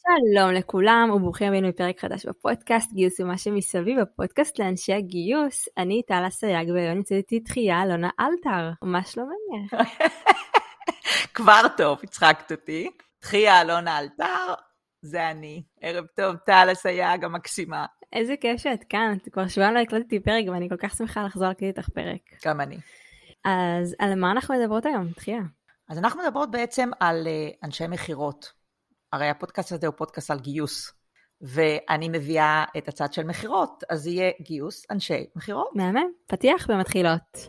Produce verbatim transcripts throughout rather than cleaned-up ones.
שלום לכולם וברוכים הבאים לפרק חדש בפודקאסט גיוס ומה שמסביב, הפודקאסט לאנשי הגיוס. אני טל אסייג והיום נמצאת איתי תחייה אלונה אלתר. מה שלומך? כבר טוב, הצחקת אותי. תחייה אלונה אלתר, זה אני. ערב טוב, טל אסייג המקסימה. איזה כיף שאת כאן, כבר שבועיים לא הקלטתי פרק ואני כל כך שמחה לחזור להקליט איתך פרק. גם אני. אז על מה אנחנו מדברות היום, תחייה? אז אנחנו מדברות בעצם על uh, אנשי מחירות. הרי הפודקאסט הזה הוא פודקאסט על גיוס, ואני מביאה את הצד של מחירות, אז יהיה גיוס אנשי מחירות. מהמם, פתיח ומתחילות.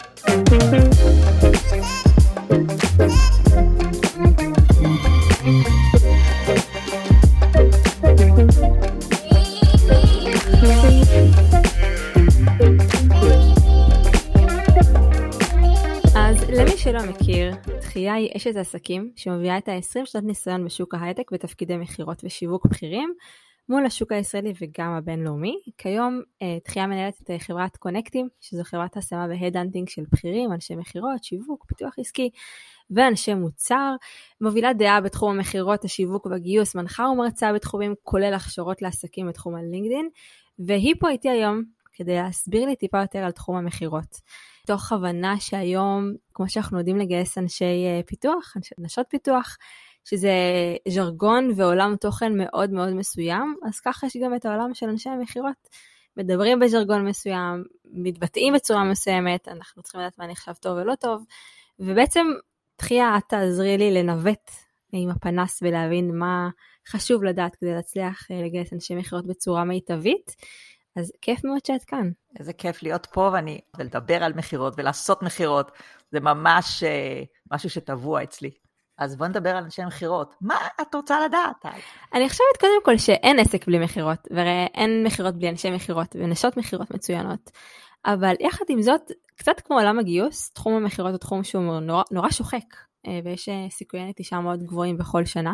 אז למי שלא מכיר, תחייה היא אשת עסקים שמביאה את ה-עשרים שנות ניסיון בשוק ההייטק בתפקידי מחירות ושיווק בכירים מול השוק הישראלי וגם הבינלאומי. כיום תחייה מנהלת את חברת קונקטים, שזו חברת השמה והדהנטינג של בכירים, אנשי מחירות, שיווק, פיתוח עסקי ואנשי מוצר. מובילה דעה בתחום המחירות, השיווק והגיוס, מנחה ומרצה בתחומים כולל הכשרות לעסקים בתחום הלינקדין, והיא פה איתי היום כדי להסביר לי טיפה יותר על תחום המחירות. תוך הבנה שהיום, כמו שאנחנו יודעים לגייס אנשי פיתוח, אנשי נשות פיתוח, שזה ז'רגון ועולם תוכן מאוד מאוד מסוים, אז ככה יש גם את העולם של אנשי המחירות. מדברים בז'רגון מסוים, מתבטאים בצורה מסוימת, אנחנו צריכים לדעת מה נחשב טוב ולא טוב, ובעצם תחייה, את תעזרי לי לנווט עם הפנס ולהבין מה חשוב לדעת כדי להצליח לגייס אנשי מחירות בצורה מיטבית. אז כיף מאוד שאת כאן. איזה כיף להיות פה ואני, ולדבר על מחירות ולעשות מחירות, זה ממש משהו שטבוע אצלי. אז בוא נדבר על אנשי מחירות. מה את רוצה לדעת? אני חושבת קודם כל שאין עסק בלי מחירות, והרי אין מחירות בלי אנשי מחירות, ונשות מחירות מצוינות. אבל יחד עם זאת, קצת כמו עולם הגיוס, תחום המחירות הוא תחום שהוא נורא, נורא שוחק, ויש סיכויי נטישה מאוד גבוהים בכל שנה.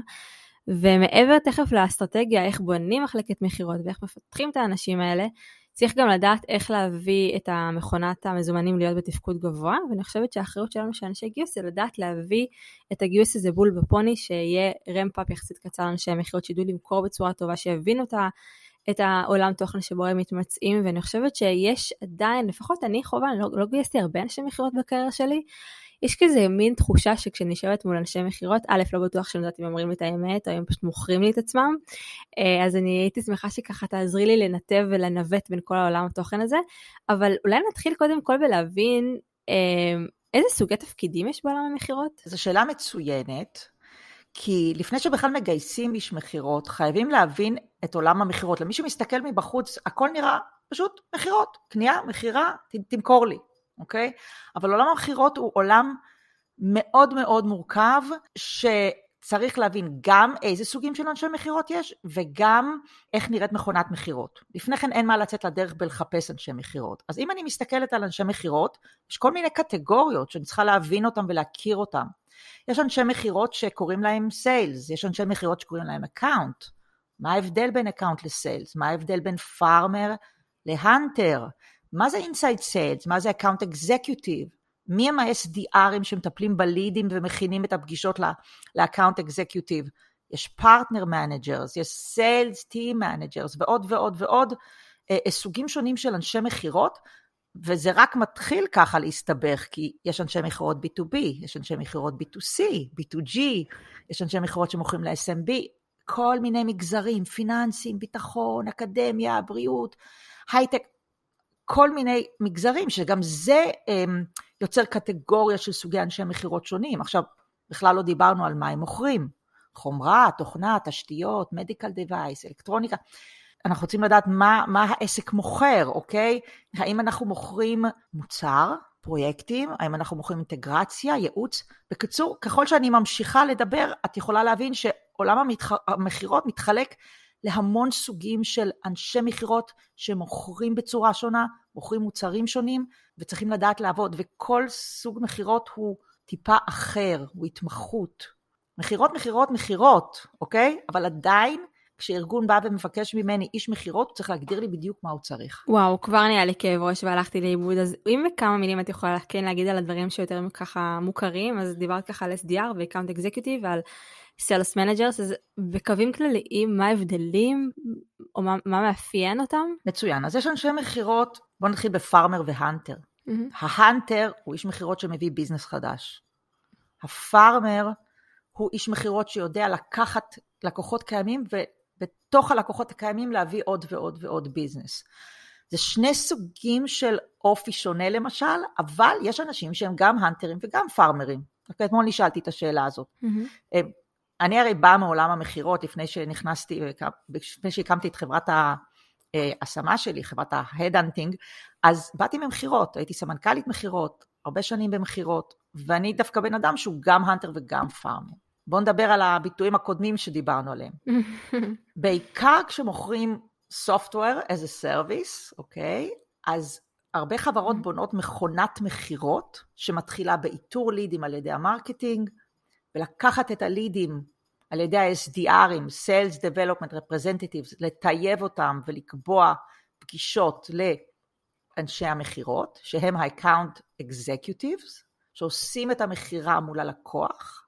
ומעבר תכף לאסטרטגיה, איך בונים מחלקת מחירות ואיך מפתחים את האנשים האלה, צריך גם לדעת איך להביא את המכונת המזומנים להיות בתפקוד גבוה, ואני חושבת שהאחריות שלנו שאנשי גיוס זה לדעת להביא את הגיוס הזה בול בפוני, שיהיה רמפ-אפ יחסית קצר לאנשי מחירות, שידעו למכור בצורה טובה, שיבינו את, את העולם תוכן שבו הם מתמצאים, ואני חושבת שיש עדיין, לפחות אני חובה, אני לא, לא גייסתי הרבה אנשי מחירות בקריירה שלי, יש כזה מין תחושה שכשאני יושבת מול אנשי מחירות, א', לא בטוח שאני יודעת אם אומרים לי את האמת, או אם פשוט מוכרים לי את עצמם, אז אני הייתי שמחה שככה תעזרי לי לנתב ולנווט בין כל העולם התוכן הזה, אבל אולי נתחיל קודם כל בלהבין איזה סוגי תפקידים יש בעולם המחירות? זו שאלה מצוינת, כי לפני שבכלל מגייסים איש מחירות, חייבים להבין את עולם המחירות. למי שמסתכל מבחוץ, הכל נראה פשוט מחירות, קנייה, מחירה, תמכור לי. אוקיי? אבל עולם המחירות הוא עולם מאוד מאוד מורכב, שצריך להבין גם איזה סוגים של אנשי מחירות יש, וגם איך נראית מכונת מחירות. לפני כן אין מה לצאת לדרך בלחפש אנשי מחירות. אז אם אני מסתכלת על אנשי מחירות, יש כל מיני קטגוריות שאני צריכה להבין אותם ולהכיר אותם. יש אנשי מחירות שקוראים להם סיילס, יש אנשי מחירות שקוראים להם אקאונט. מה ההבדל בין אקאונט לסיילס? מה ההבדל בין פארמר להנטר? מה זה inside sales? מה זה account executive? מי הם ה-אס די ארים שמטפלים בלידים ומכינים את הפגישות ל-account executive? יש partner managers, יש sales team managers, ועוד ועוד ועוד, סוגים שונים של אנשי מחירות, וזה רק מתחיל ככה להסתבך, כי יש אנשי מחירות בי טו בי, יש אנשי מחירות בי טו סי, בי טו ג'י, יש אנשי מחירות שמוכרים ל-אס אם בי, כל מיני מגזרים, פיננסים, ביטחון, אקדמיה, בריאות, הייטק, כל מיני מגזרים, שגם זה הם, יוצר קטגוריה של סוגי אנשי מחירות שונים. עכשיו, בכלל לא דיברנו על מה הם מוכרים. חומרה, תוכנה, תשתיות, מדיקל דיווייס, אלקטרוניקה. אנחנו רוצים לדעת מה, מה העסק מוכר, אוקיי? האם אנחנו מוכרים מוצר, פרויקטים, האם אנחנו מוכרים אינטגרציה, ייעוץ. בקיצור, ככל שאני ממשיכה לדבר, את יכולה להבין שעולם המתח... המחירות מתחלק להמון סוגים של אנשי מחירות שמוכרים בצורה שונה, מוכרים מוצרים שונים, וצריכים לדעת לעבוד, וכל סוג מחירות הוא טיפה אחר, הוא התמחות. מחירות, מחירות, מחירות, אוקיי? אבל עדיין, כשארגון בא ומבקש ממני איש מחירות, הוא צריך להגדיר לי בדיוק מה הוא צריך. וואו, כבר נהיה לי כאב ראש והלכתי לאיבוד, אז אם בכמה מילים את יכולה כן להגיד על הדברים שיותר ככה מוכרים, אז דיברת ככה על אס די אר ו-Account Executive ועל Sales Managers, אז בקווים כלליים, מה ההבדלים או מה, מה מאפיין אותם? מצוין, אז יש אנשי מחירות, בואו נתחיל בפארמר וההנטר. Mm-hmm. ההנטר הוא איש מחירות שמביא ביזנס חדש. הפארמר הוא איש מחירות שיודע לקחת לקוחות קיימים ובתוך הלקוחות הקיימים להביא עוד ועוד ועוד ביזנס. זה שני סוגים של אופי שונה למשל, אבל יש אנשים שהם גם הנטרים וגם פארמרים. אתמול נשאלתי את השאלה הזאת. Mm-hmm. אני הרי באה מעולם המחירות לפני שנכנסתי, לפני שהקמתי את חברת ההשמה שלי, חברת ההדהנטינג, אז באתי ממחירות, הייתי סמנכ"לית מחירות, הרבה שנים במחירות, ואני דווקא בן אדם שהוא גם הנטר וגם פארמר. בואו נדבר על הביטויים הקודמים שדיברנו עליהם. בעיקר כשמוכרים software as a service, אוקיי? אז הרבה חברות בונות מכונת מחירות, שמתחילה באיתור לידים על ידי המרקטינג, ולקחת את הלידים על ידי ה-אס די ארים, Sales Development Representatives, לטייב אותם ולקבוע פגישות לאנשי המחירות, שהם ה-Account Executives, שעושים את המחירה מול הלקוח,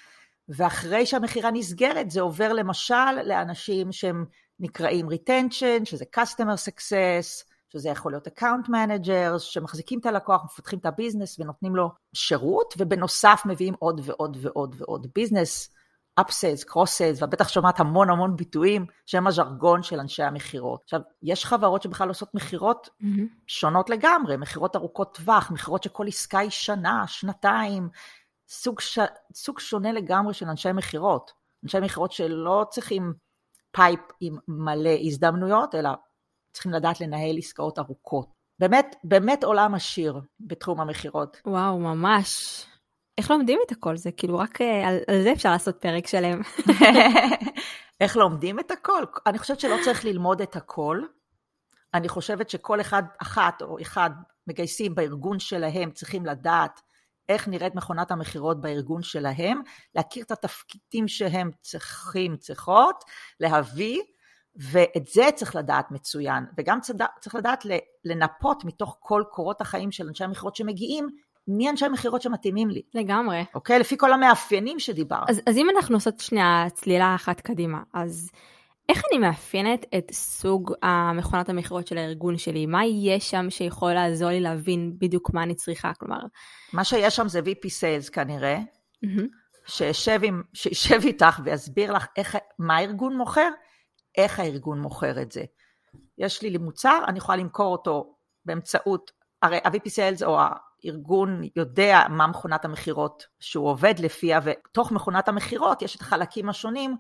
ואחרי שהמחירה נסגרת, זה עובר למשל לאנשים שהם נקראים retention, שזה customer success, שזה יכול להיות account managers, שמחזיקים את הלקוח, מפתחים את הביזנס ונותנים לו שירות, ובנוסף מביאים עוד ועוד ועוד ועוד ביזנס, upsells, cross-sells, ובטח שומעת המון המון ביטויים, שהם הז'רגון של אנשי המחירות. עכשיו, יש חברות שבכלל עושות מחירות mm-hmm. שונות לגמרי, מחירות ארוכות טווח, מחירות שכל עסקה היא שנה, שנתיים, סוג, ש... סוג שונה לגמרי של אנשי מחירות. אנשי מחירות שלא צריכים פייפ עם מלא הזדמנויות, אלא צריכים לדעת לנהל עסקאות ארוכות. באמת, באמת עולם עשיר בתחום המחירות. וואו, ממש. איך לומדים את הכל? זה כאילו רק על, על זה אפשר לעשות פרק שלם. איך לומדים את הכל? אני חושבת שלא צריך ללמוד את הכל. אני חושבת שכל אחד, אחת או אחד מגייסים בארגון שלהם צריכים לדעת איך נראית מכונת המחירות בארגון שלהם, להכיר את התפקידים שהם צריכים, צריכות, להביא, ואת זה צריך לדעת מצוין, וגם צריך לדעת לנפות מתוך כל קורות החיים של אנשי המחירות שמגיעים, מי אנשי המחירות שמתאימים לי. לגמרי. אוקיי? לפי כל המאפיינים שדיבר. אז, אז אם אנחנו עושות שנייה צלילה אחת קדימה, אז איך אני מאפיינת את סוג המכונת המחירות של הארגון שלי? מה יש שם שיכול לעזור לי להבין בדיוק מה אני צריכה? כלומר, מה שיש שם זה וי פי Sales כנראה, mm-hmm. שישב, עם, שישב איתך ויסביר לך איך, מה הארגון מוכר, איך הארגון מוכר את זה. יש לי מוצר, אני יכולה למכור אותו באמצעות, הרי ה-וי פי Sales או הארגון יודע מה מכונת המחירות שהוא עובד לפיה, ותוך מכונת המחירות יש את החלקים השונים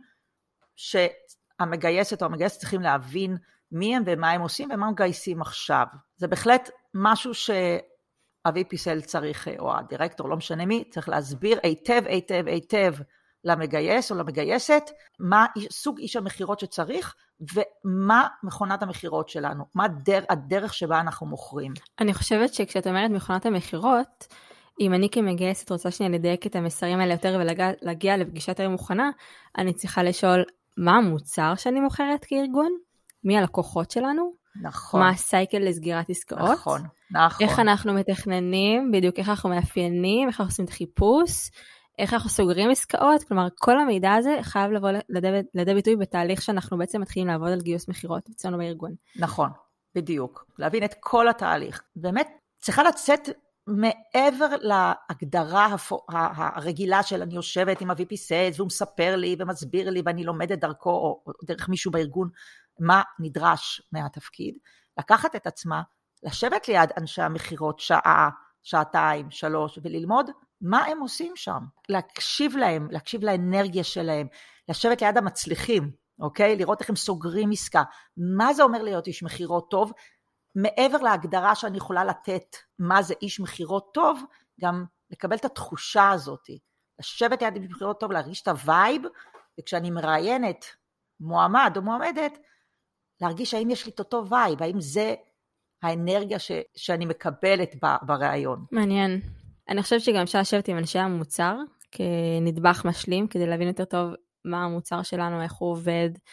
שהמגייסת או המגייסת צריכים להבין מי הם ומה הם עושים ומה הם מגייסים עכשיו. זה בהחלט משהו שה-וי פי Sales צריך, או הדירקטור, לא משנה מי, צריך להסביר היטב, היטב, היטב, למגייס או למגייסת, מה סוג איש המחירות שצריך, ומה מכונת המחירות שלנו, מה הדר, הדרך שבה אנחנו מוכרים. אני חושבת שכשאת אומרת מכונת המחירות, אם אני כמגייסת רוצה שנייה לדייק את המסרים האלה יותר, ולהגיע לפגישה יותר מוכנה, אני צריכה לשאול, מה המוצר שאני מוכרת כארגון? מי הלקוחות שלנו? נכון. מה הסייקל לסגירת עסקאות? נכון, נכון. איך אנחנו מתכננים, בדיוק איך אנחנו מאפיינים, איך אנחנו עושים את החיפוש, איך אנחנו סוגרים עסקאות, כלומר כל המידע הזה חייב לבוא לידי ביטוי בתהליך שאנחנו בעצם מתחילים לעבוד על גיוס מחירות אצלנו בארגון. נכון, בדיוק. להבין את כל התהליך. באמת צריכה לצאת מעבר להגדרה הרגילה של אני יושבת עם ה-וי פי Sales והוא מספר לי ומסביר לי ואני לומדת דרכו או דרך מישהו בארגון מה נדרש מהתפקיד. לקחת את עצמה, לשבת ליד אנשי המחירות שעה, שעתיים, שלוש וללמוד מה הם עושים שם, להקשיב להם, להקשיב לאנרגיה שלהם, לשבת ליד המצליחים, אוקיי? לראות איך הם סוגרים עסקה. מה זה אומר להיות איש מחירות טוב? מעבר להגדרה שאני יכולה לתת מה זה איש מחירות טוב, גם לקבל את התחושה הזאת. לשבת ליד איש מחירות טוב, להרגיש את הווייב, וכשאני מראיינת מועמד או מועמדת, להרגיש האם יש לי את אותו וייב, האם זה האנרגיה ש, שאני מקבלת ברעיון. מעניין. אני חושבת שגם אפשר לשבת עם אנשי המוצר, כנדבך משלים, כדי להבין יותר טוב מה המוצר שלנו, איך הוא עובד,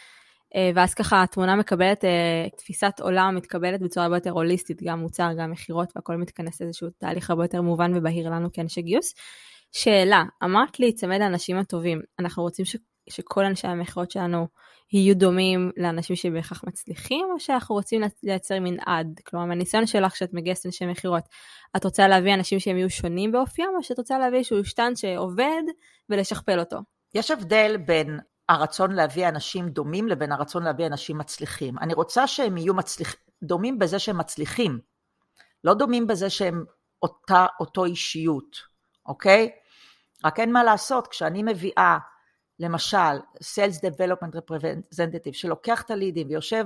ואז ככה התמונה מקבלת, תפיסת עולם מתקבלת בצורה הרבה יותר הוליסטית, גם מוצר, גם מחירות, והכל מתכנס לאיזשהו תהליך הרבה יותר מובן ובהיר לנו כאנשי גיוס. שאלה, אמרת לי, צמד האנשים הטובים, אנחנו רוצים ש, שכל אנשי המחירות שלנו יהיו דומים לאנשים שבהכרח מצליחים, או שאנחנו רוצים לייצר מנעד? כלומר, מהניסיון שלך שאת מגייסת אנשי מחירות, את רוצה להביא אנשים שהם יהיו שונים באופיים, או שאת רוצה להביא איזשהו שטן שעובד ולשכפל אותו? יש הבדל בין הרצון להביא אנשים דומים לבין הרצון להביא אנשים מצליחים. אני רוצה שהם יהיו מצליח, דומים בזה שהם מצליחים, לא דומים בזה שהם אותה, אותו אישיות, אוקיי? רק אין מה לעשות, כשאני מביאה, למשל, Sales Development Representative, שלוקח את הלידים ויושב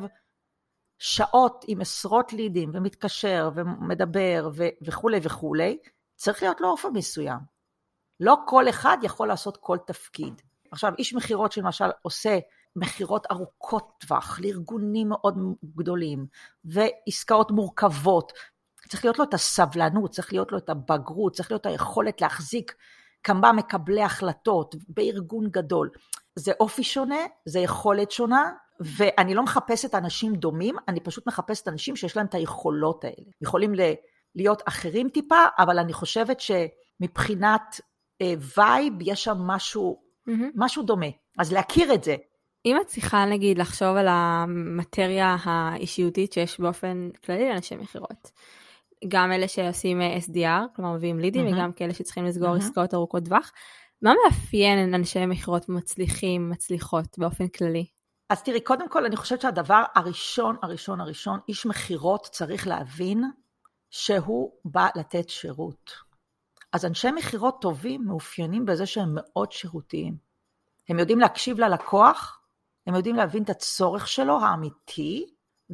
שעות עם עשרות לידים ומתקשר ומדבר ו- וכו' וכו', צריך להיות לו אופן מסוים. לא כל אחד יכול לעשות כל תפקיד. עכשיו, איש מחירות שלמשל עושה מחירות ארוכות טווח, לארגונים מאוד גדולים, ועסקאות מורכבות, צריך להיות לו את הסבלנות, צריך להיות לו את הבגרות, צריך להיות היכולת להחזיק כמה מקבלי החלטות בארגון גדול. זה אופי שונה, זה יכולת שונה, ואני לא מחפשת אנשים דומים, אני פשוט מחפשת אנשים שיש להם את היכולות האלה. יכולים להיות אחרים טיפה, אבל אני חושבת שמבחינת וייב, יש שם משהו, mm-hmm. משהו דומה. אז להכיר את זה. אם את צריכה, נגיד, לחשוב על המטריה האישיותית שיש באופן כללי לאנשי מחירות, גם אלה שעושים אס די אר, כלומר מביאים לידים, mm-hmm. וגם כאלה שצריכים לסגור mm-hmm. עסקאות ארוכות טווח, מה מאפיין אנשי מחירות מצליחים, מצליחות באופן כללי? אז תראי, קודם כל אני חושבת שהדבר הראשון, הראשון, הראשון, איש מחירות צריך להבין שהוא בא לתת שירות. אז אנשי מחירות טובים מאופיינים בזה שהם מאוד שירותיים. הם יודעים להקשיב ללקוח, הם יודעים להבין את הצורך שלו האמיתי,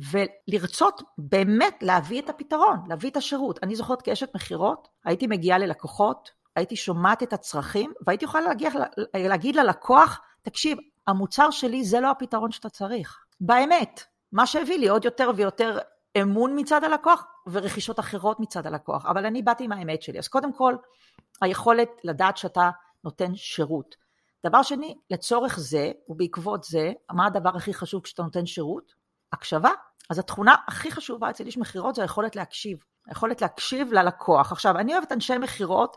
ולרצות באמת להביא את הפתרון, להביא את השירות. אני זוכרת כאשת מחירות, הייתי מגיעה ללקוחות, הייתי שומעת את הצרכים, והייתי יכולה להגיע, להגיד ללקוח, תקשיב, המוצר שלי זה לא הפתרון שאתה צריך. באמת, מה שהביא לי עוד יותר ויותר אמון מצד הלקוח, ורכישות אחרות מצד הלקוח. אבל אני באתי עם האמת שלי. אז קודם כל, היכולת לדעת שאתה נותן שירות. דבר שני, לצורך זה, ובעקבות זה, מה הדבר הכי חשוב כשאתה נותן שירות? הקשבה. אז התכונה הכי חשובה אצל איש מחירות זה היכולת להקשיב. היכולת להקשיב ללקוח. עכשיו, אני אוהבת אנשי מחירות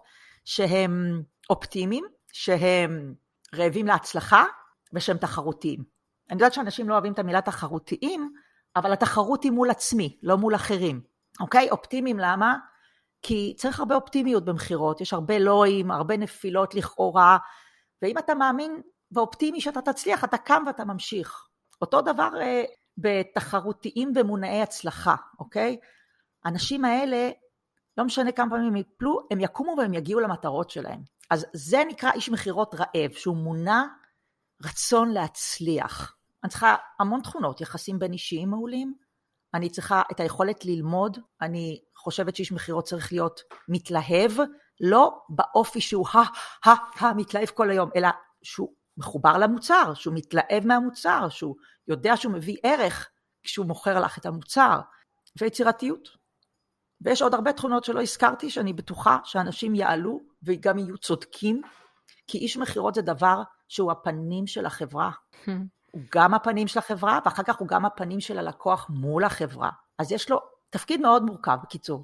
שהם אופטימיים, שהם רעבים להצלחה, ושהם תחרותיים. אני יודעת שאנשים לא אוהבים את המילה תחרותיים, אבל התחרות היא מול עצמי, לא מול אחרים. אוקיי? אופטימיים למה? כי צריך הרבה אופטימיות במחירות, יש הרבה לואים, הרבה נפילות לכאורה, ואם אתה מאמין ואופטימי שאתה תצליח, אתה קם ואתה ממשיך. אותו דבר אה, בתחרותיים ומונעי הצלחה, אוקיי? האנשים האלה, לא משנה כמה פעמים הם יפלו, הם יקומו והם יגיעו למטרות שלהם. אז זה נקרא איש מחירות רעב, שהוא מונע רצון להצליח. אני צריכה המון תכונות, יחסים בין אישיים מעולים, אני צריכה את היכולת ללמוד, אני חושבת שאיש מחירות צריך להיות מתלהב, לא באופי שהוא ה, ה, ה, מתלהב כל היום, אלא שהוא מחובר למוצר, שהוא מתלהב מהמוצר, שהוא יודע שהוא מביא ערך כשהוא מוכר לך את המוצר, ויצירתיות. ויש עוד הרבה תכונות שלא הזכרתי, שאני בטוחה שאנשים יעלו וגם יהיו צודקים, כי איש מחירות זה דבר שהוא הפנים של החברה. הוא גם הפנים של החברה, ואחר כך הוא גם הפנים של הלקוח מול החברה. אז יש לו תפקיד מאוד מורכב, בקיצור.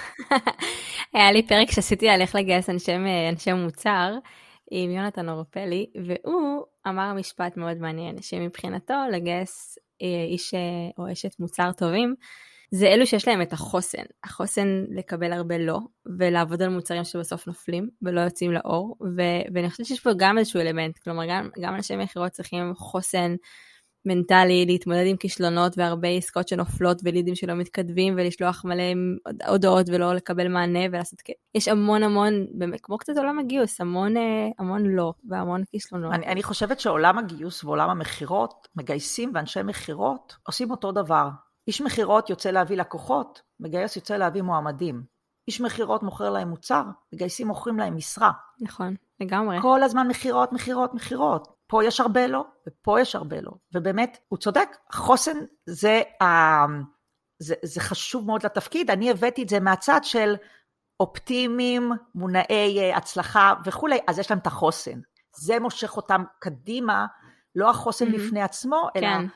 היה לי פרק שעשיתי על איך לגייס אנשי, אנשי מוצר, עם יונתן אורפלי, והוא אמר משפט מאוד מעניין, שמבחינתו לגייס איש או אשת מוצר טובים, זה אלו שיש להם את החוסן, החוסן לקבל הרבה לא, ולעבוד על מוצרים שבסוף נופלים, ולא יוצאים לאור, ו- ואני חושבת שיש פה גם איזשהו אלמנט, כלומר גם, גם אנשי מחירות צריכים חוסן מנטלי, להתמודד עם כישלונות, והרבה עסקאות שנופלות, ולידים שלא מתכתבים, ולשלוח מלא הודעות, ולא לקבל מענה, ולעשות כ... יש המון המון, כמו קצת עולם הגיוס, המון, המון לא, והמון כישלונות. אני, אני חושבת שעולם הגיוס ועולם המחירות, מגייסים ואנשי מחירות, עושים אותו דבר. איש מחירות יוצא להביא לקוחות, מגייס יוצא להביא מועמדים. איש מחירות מוכר להם מוצר, מגייסים מוכרים להם משרה. נכון, לגמרי. כל הזמן מחירות, מחירות, מחירות. פה יש הרבה לא, ופה יש הרבה לא. ובאמת, הוא צודק, חוסן זה, זה, זה חשוב מאוד לתפקיד. אני הבאתי את זה מהצד של אופטימיים, מונעי הצלחה וכו', אז יש להם את החוסן. זה מושך אותם קדימה, לא החוסן mm-hmm. לפני עצמו, אלא... כן.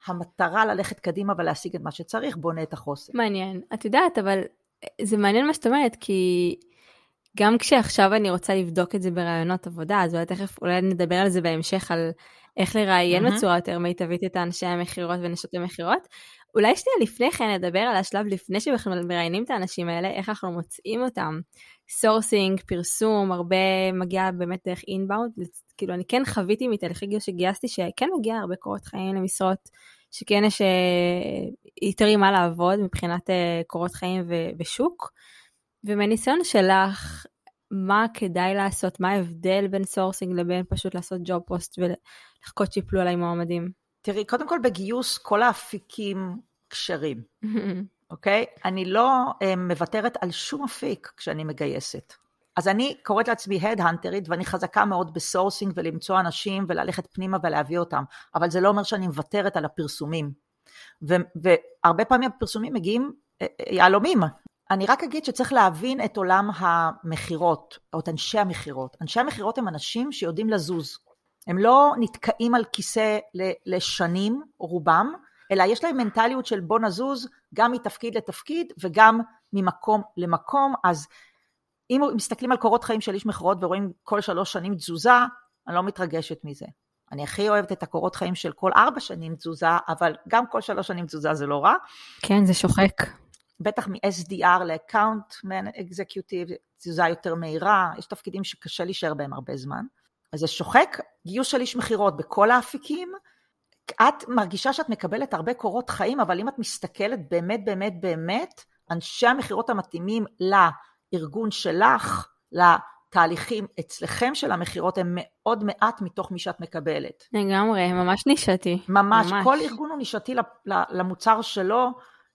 המטרה ללכת קדימה ולהשיג את מה שצריך, בונה את החוסן. מעניין. את יודעת, אבל זה מעניין מה שאת אומרת, כי גם כשעכשיו אני רוצה לבדוק את זה ברעיונות עבודה, אז אולי תכף, אולי נדבר על זה בהמשך, על איך לראיין בצורה יותר מיטבית את האנשי המחירות ונשות המחירות. אולי שנייה לפני כן נדבר על השלב לפני שבכלל מראיינים את האנשים האלה, איך אנחנו מוצאים אותם. סורסינג, פרסום, הרבה מגיע באמת דרך אינבאונד, כאילו אני כן חוויתי מתהליכי גיוס שגייסתי, שכן מגיע הרבה קורות חיים למשרות, שכן יש יותר עם מה לעבוד מבחינת קורות חיים ושוק, ומניסיון שלך, מה כדאי לעשות, מה ההבדל בין סורסינג לבין פשוט לעשות ג'וב פוסט ולחכות שיפלו עליי מועמדים? תראי, קודם כל בגיוס כל האפיקים קשרים, אוקיי? אני לא מוותרת על שום אפיק כשאני מגייסת. אז אני קוראת לעצמי הדהנטרית, ואני חזקה מאוד בסורסינג ולמצוא אנשים וללכת פנימה ולהביא אותם, אבל זה לא אומר שאני מוותרת על הפרסומים. והרבה פעמים הפרסומים מגיעים יעלומים. אני רק אגיד שצריך להבין את עולם המחירות, או את אנשי המחירות. אנשי המחירות הם אנשים שיודעים לזוז. הם לא נתקעים על כיסא לשנים, רובם, אלא יש להם מנטליות של בוא נזוז, גם מתפקיד לתפקיד, וגם ממקום למקום. אז אם מסתכלים על קורות חיים של איש מחירות, ורואים כל שלוש שנים תזוזה, אני לא מתרגשת מזה. אני הכי אוהבת את הקורות חיים של כל ארבע שנים תזוזה, אבל גם כל שלוש שנים תזוזה זה לא רע. כן, זה שוחק. בטח מ-אס די אר ל-Account Executive, תזוזה יותר מהירה, יש תפקידים שקשה להישאר בהם הרבה זמן. אז זה שוחק, גיוס של איש מחירות בכל האפיקים, את מרגישה שאת מקבלת הרבה קורות חיים, אבל אם את מסתכלת באמת, באמת, באמת, אנשי המחירות המתאימים לארגון שלך, לתהליכים אצלכם של המחירות, הם מאוד מעט מתוך מי שאת מקבלת. לגמרי, ממש נישתי. ממש, ממש. כל ארגון הוא נישתי למוצר שלו,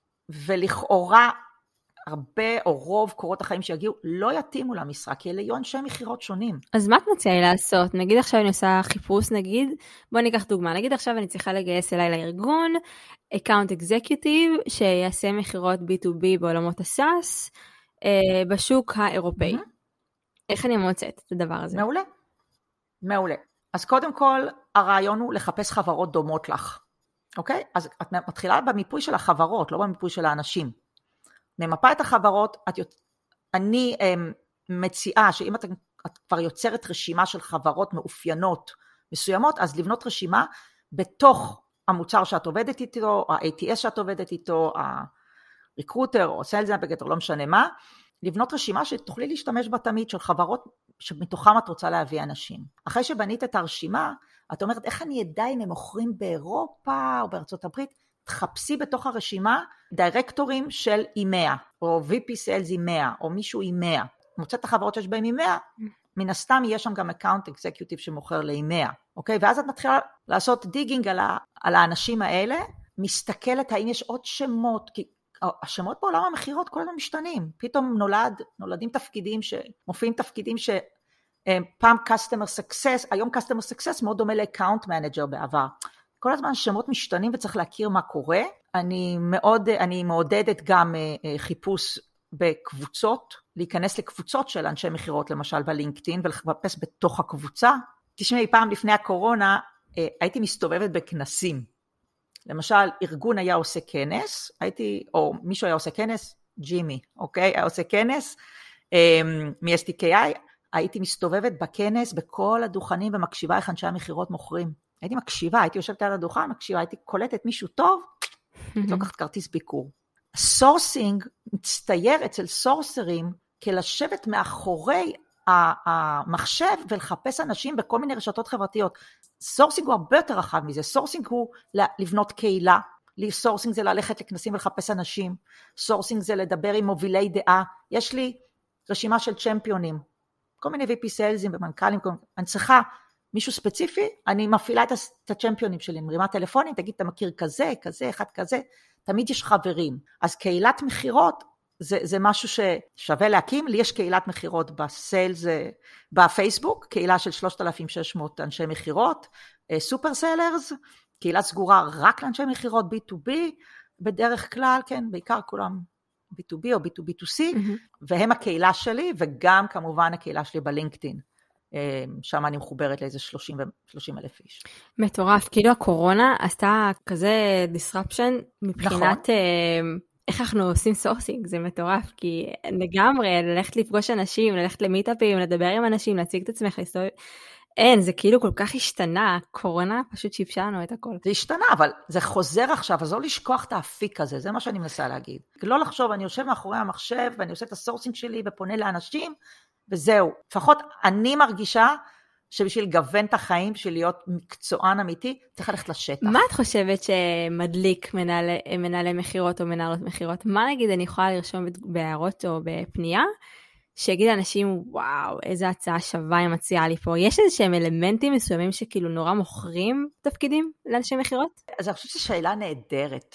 ולכאורה הרבה או רוב קורות החיים שיגיעו לא יתאימו למשרה, כי אלה יהיו אנשי מחירות שונים. אז מה את מציעה לי לעשות? נגיד עכשיו אני עושה חיפוש, נגיד, בוא ניקח דוגמה, נגיד עכשיו אני צריכה לגייס אליי לארגון, Account Executive, שיעשה מחירות בי טו בי בעולמות הסאס, אה, בשוק האירופאי. Mm-hmm. איך אני מוצאת את הדבר הזה? מעולה, מעולה. אז קודם כל, הרעיון הוא לחפש חברות דומות לך. אוקיי? אז את מתחילה במיפוי של החברות, לא במיפוי של האנשים. ממפה את החברות, את, אני um, מציעה שאם את, את כבר יוצרת רשימה של חברות מאופיינות מסוימות, אז לבנות רשימה בתוך המוצר שאת עובדת איתו, ה-איי טי אס שאת עובדת איתו, ה-recruiter או sales navigator, לא משנה מה, לבנות רשימה שתוכלי להשתמש בה תמיד של חברות שמתוכם את רוצה להביא אנשים. אחרי שבנית את הרשימה, את אומרת, איך אני אדע אם הם מוכרים באירופה או בארצות הברית? תחפשי בתוך הרשימה דירקטורים של אי מאה, או וי פי Sales אי מאה, או מישהו אי מאה. מוצאת את החברות שיש בהם אי מאה, מן הסתם יש שם גם Account Executive שמוכר לאי מאה, אוקיי? ואז את מתחילה לעשות דיגינג על, ה, על האנשים האלה, מסתכלת האם יש עוד שמות, כי השמות בעולם המחירות כל הזמן משתנים. פתאום נולד, נולדים תפקידים, מופיעים תפקידים ש... פעם Customer Success, היום Customer Success מאוד דומה ל-Account Manager בעבר. כל הזמן שמות משתנים וצריך להכיר מה קורה. אני מאוד, אני מעודדת גם חיפוש בקבוצות, להיכנס לקבוצות של אנשי מחירות, למשל בלינקדאין, ולחפש בתוך הקבוצה. תשמעי, פעם לפני הקורונה, הייתי מסתובבת בכנסים. למשל, ארגון היה עושה כנס, הייתי, או מישהו היה עושה כנס, ג'ימי, אוקיי? היה עושה כנס, מ-אס טי קיי איי, הייתי מסתובבת בכנס, בכל הדוכנים, ומקשיבה איך אנשי המחירות מוכרים. הייתי מקשיבה, הייתי יושבת על הדוכן, מקשיבה, הייתי קולטת מישהו טוב, הייתי לוקחת כרטיס ביקור. סורסינג מצטייר אצל סורסרים, כלשבת מאחורי המחשב, ולחפש אנשים בכל מיני רשתות חברתיות. סורסינג הוא הרבה יותר רחב מזה, סורסינג הוא לבנות קהילה, סורסינג זה ללכת לכנסים ולחפש אנשים, סורסינג זה לדבר עם מובילי דעה, יש לי רשימה של צ'מפיונים, כל מיני וי פי סיילזים ומנכ"לים, אני צריכה מישהו ספציפי, אני מפעילה את הצ'מפיונים שלי, מרימה טלפונים, תגיד, אתה מכיר כזה, כזה, אחד כזה, תמיד יש חברים. אז קהילת מחירות, זה, זה משהו ששווה להקים, לי יש קהילת מחירות בסיילס, בפייסבוק, קהילה של שלושת אלפים ושש מאות אנשי מחירות, סופר סיילרס, קהילה סגורה רק לאנשי מחירות בי טו בי, בדרך כלל, כן, בעיקר כולם בי טו בי או בי טו בי טו סי, mm-hmm. והם הקהילה שלי, וגם כמובן הקהילה שלי בלינקדאין. שם אני מחוברת לאיזה שלושים אלף איש. מטורף, כאילו הקורונה עשתה כזה disruption מבחינת נכון. איך אנחנו עושים סורסינג, זה מטורף, כי לגמרי ללכת לפגוש אנשים, ללכת למיטאפים, לדבר עם אנשים, להציג את עצמך, להסתובב, אין, זה כאילו כל כך השתנה, קורונה פשוט שיבשה לנו את הכל. זה השתנה, אבל זה חוזר עכשיו, אז לא לשכוח את האפיק הזה, זה מה שאני מנסה להגיד. לא לחשוב, אני יושב מאחורי המחשב, ואני עושה את הסורסינג שלי, ופונה לאנשים, וזהו. לפחות אני מרגישה, שבשביל לגוון את החיים, בשביל להיות מקצוען אמיתי, צריך ללכת לשטח. מה את חושבת שמדליק מנהלי, מנהלי מחירות או מנהלות מחירות? מה נגיד אני יכולה לרשום בהערות או בפנייה, שיגיד לאנשים, וואו, איזה הצעה שווה היא מציעה לי פה. יש איזה שהם אלמנטים מסוימים שכאילו נורא מוכרים תפקידים לאנשי מחירות? אז אני חושבת שזו שאלה נהדרת.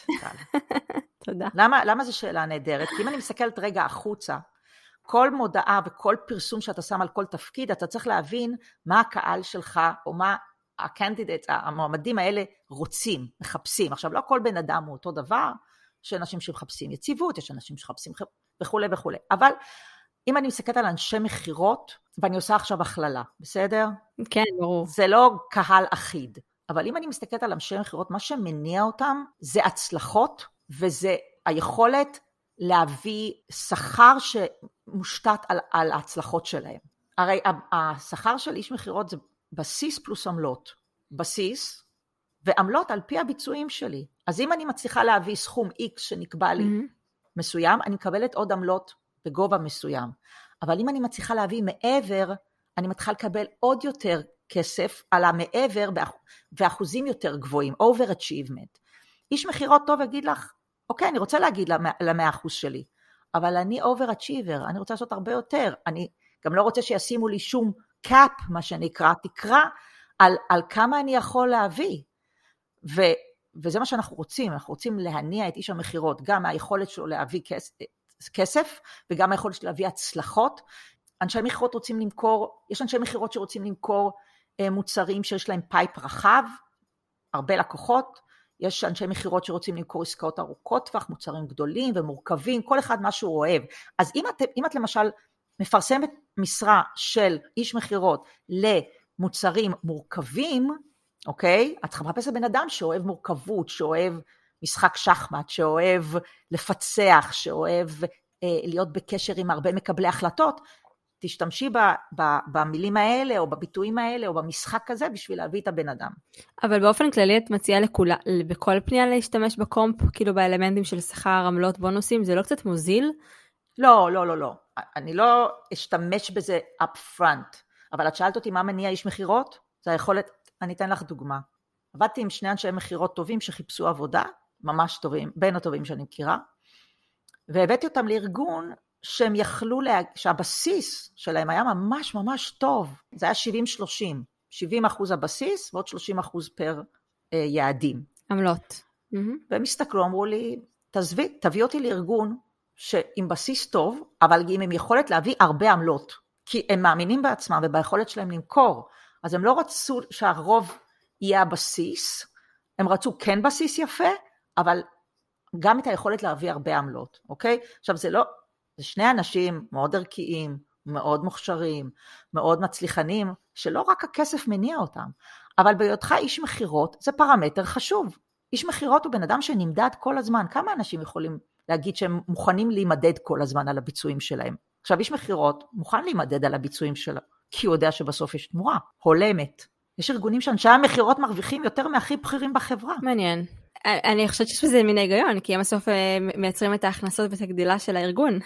תודה. למה, למה זו שאלה נהדרת? כי אם אני מסתכלת רגע החוצה, כל מודעה וכל פרסום שאתה שם על כל תפקיד, אתה צריך להבין מה הקהל שלך, או מה הקנדידט, המועמדים האלה רוצים, מחפשים. עכשיו, לא כל בן אדם הוא אותו דבר, יש אנשים שמחפשים יציבות, יש אנשים שמחפשים וכו' וכו'. אבל אם אני מסתכלת על אנשי מחירות, ואני עושה עכשיו הכללה, בסדר? כן, ברור. זה לא קהל אחיד. אבל אם אני מסתכלת על אנשי מחירות, מה שמניע אותם זה הצלחות, וזה היכולת להביא שכר שמושתת על, על ההצלחות שלהם. הרי השכר של איש מחירות זה בסיס פלוס עמלות. בסיס ועמלות על פי הביצועים שלי. אז אם אני מצליחה להביא סכום X שנקבע לי mm-hmm. מסוים, אני מקבלת עוד עמלות בגובה מסוים. אבל אם אני מצליחה להביא מעבר, אני מתחילה לקבל עוד יותר כסף על המעבר ואחוזים יותר גבוהים, overachievement. איש מחירות טוב יגיד לך, אוקיי, אני רוצה להגיד למאה אחוז שלי, אבל אני overachiever, אני רוצה לעשות הרבה יותר, אני גם לא רוצה שישימו לי שום קאפ, מה שנקרא, תקרא, על, על כמה אני יכול להביא, ו, וזה מה שאנחנו רוצים, אנחנו רוצים להניע את איש המחירות, גם מהיכולת שלו להביא כסף, כסף, וגם היכולת שלו להביא הצלחות. אנשי מחירות רוצים למכור, יש אנשי מחירות שרוצים למכור מוצרים שיש להם פייפ רחב, הרבה לקוחות, יש אנשי מחירות שרוצים למכור עסקאות ארוכות טווח, מוצרים גדולים ומורכבים, כל אחד מה שהוא אוהב. אז אם את, אם את למשל מפרסמת משרה של איש מחירות למוצרים מורכבים, אוקיי? את מחפשת בן אדם שאוהב מורכבות, שאוהב משחק שחמט, שאוהב לפצח, שאוהב אה, להיות בקשר עם הרבה מקבלי החלטות, תשתמשי ב, ב, במילים האלה, או בביטויים האלה, או במשחק הזה, בשביל להביא את הבן אדם. אבל באופן כללי את מציעה לכולה, בכל פנייה להשתמש בקומפ, כאילו באלמנטים של שכר, עמלות, בונוסים, זה לא קצת מוזיל? לא, לא, לא, לא. אני לא אשתמש בזה up front, אבל את שאלת אותי מה מניע איש מחירות? זה היכולת, אני אתן לך דוגמה. עבדתי עם שני אנשי מחירות טובים שחיפשו עבודה, ממש טובים, בין הטובים שאני מכירה, והבאתי אותם לארגון שהם יכלו, לה... שהבסיס שלהם היה ממש ממש טוב, זה היה שבעים שלושים, שבעים אחוז הבסיס ועוד שלושים אחוז פר אה, יעדים. עמלות. והם הסתכלו, אמרו לי, תעזבי, תביא אותי לארגון שעם בסיס טוב, אבל עם הם יכולת להביא הרבה עמלות, כי הם מאמינים בעצמם וביכולת שלהם למכור, אז הם לא רצו שהרוב יהיה הבסיס, הם רצו כן בסיס יפה, אבל גם את היכולת להביא הרבה עמלות, אוקיי? עכשיו זה לא, זה שני אנשים מאוד ערכיים, מאוד מוכשרים, מאוד מצליחנים, שלא רק הכסף מניע אותם, אבל בהיותך איש מחירות זה פרמטר חשוב. איש מחירות הוא בן אדם שנמדד כל הזמן, כמה אנשים יכולים להגיד שהם מוכנים להימדד כל הזמן על הביצועים שלהם? עכשיו איש מחירות מוכן להימדד על הביצועים שלו, כי הוא יודע שבסוף יש תמורה, הולמת. יש ארגונים שאנשי המחירות מרוויחים יותר מהכי בכירים בחברה. מעניין. אני חושבת שזה מין היגיון, כי הם בסוף מייצרים את ההכנסות ואת הגדילה של הארגון.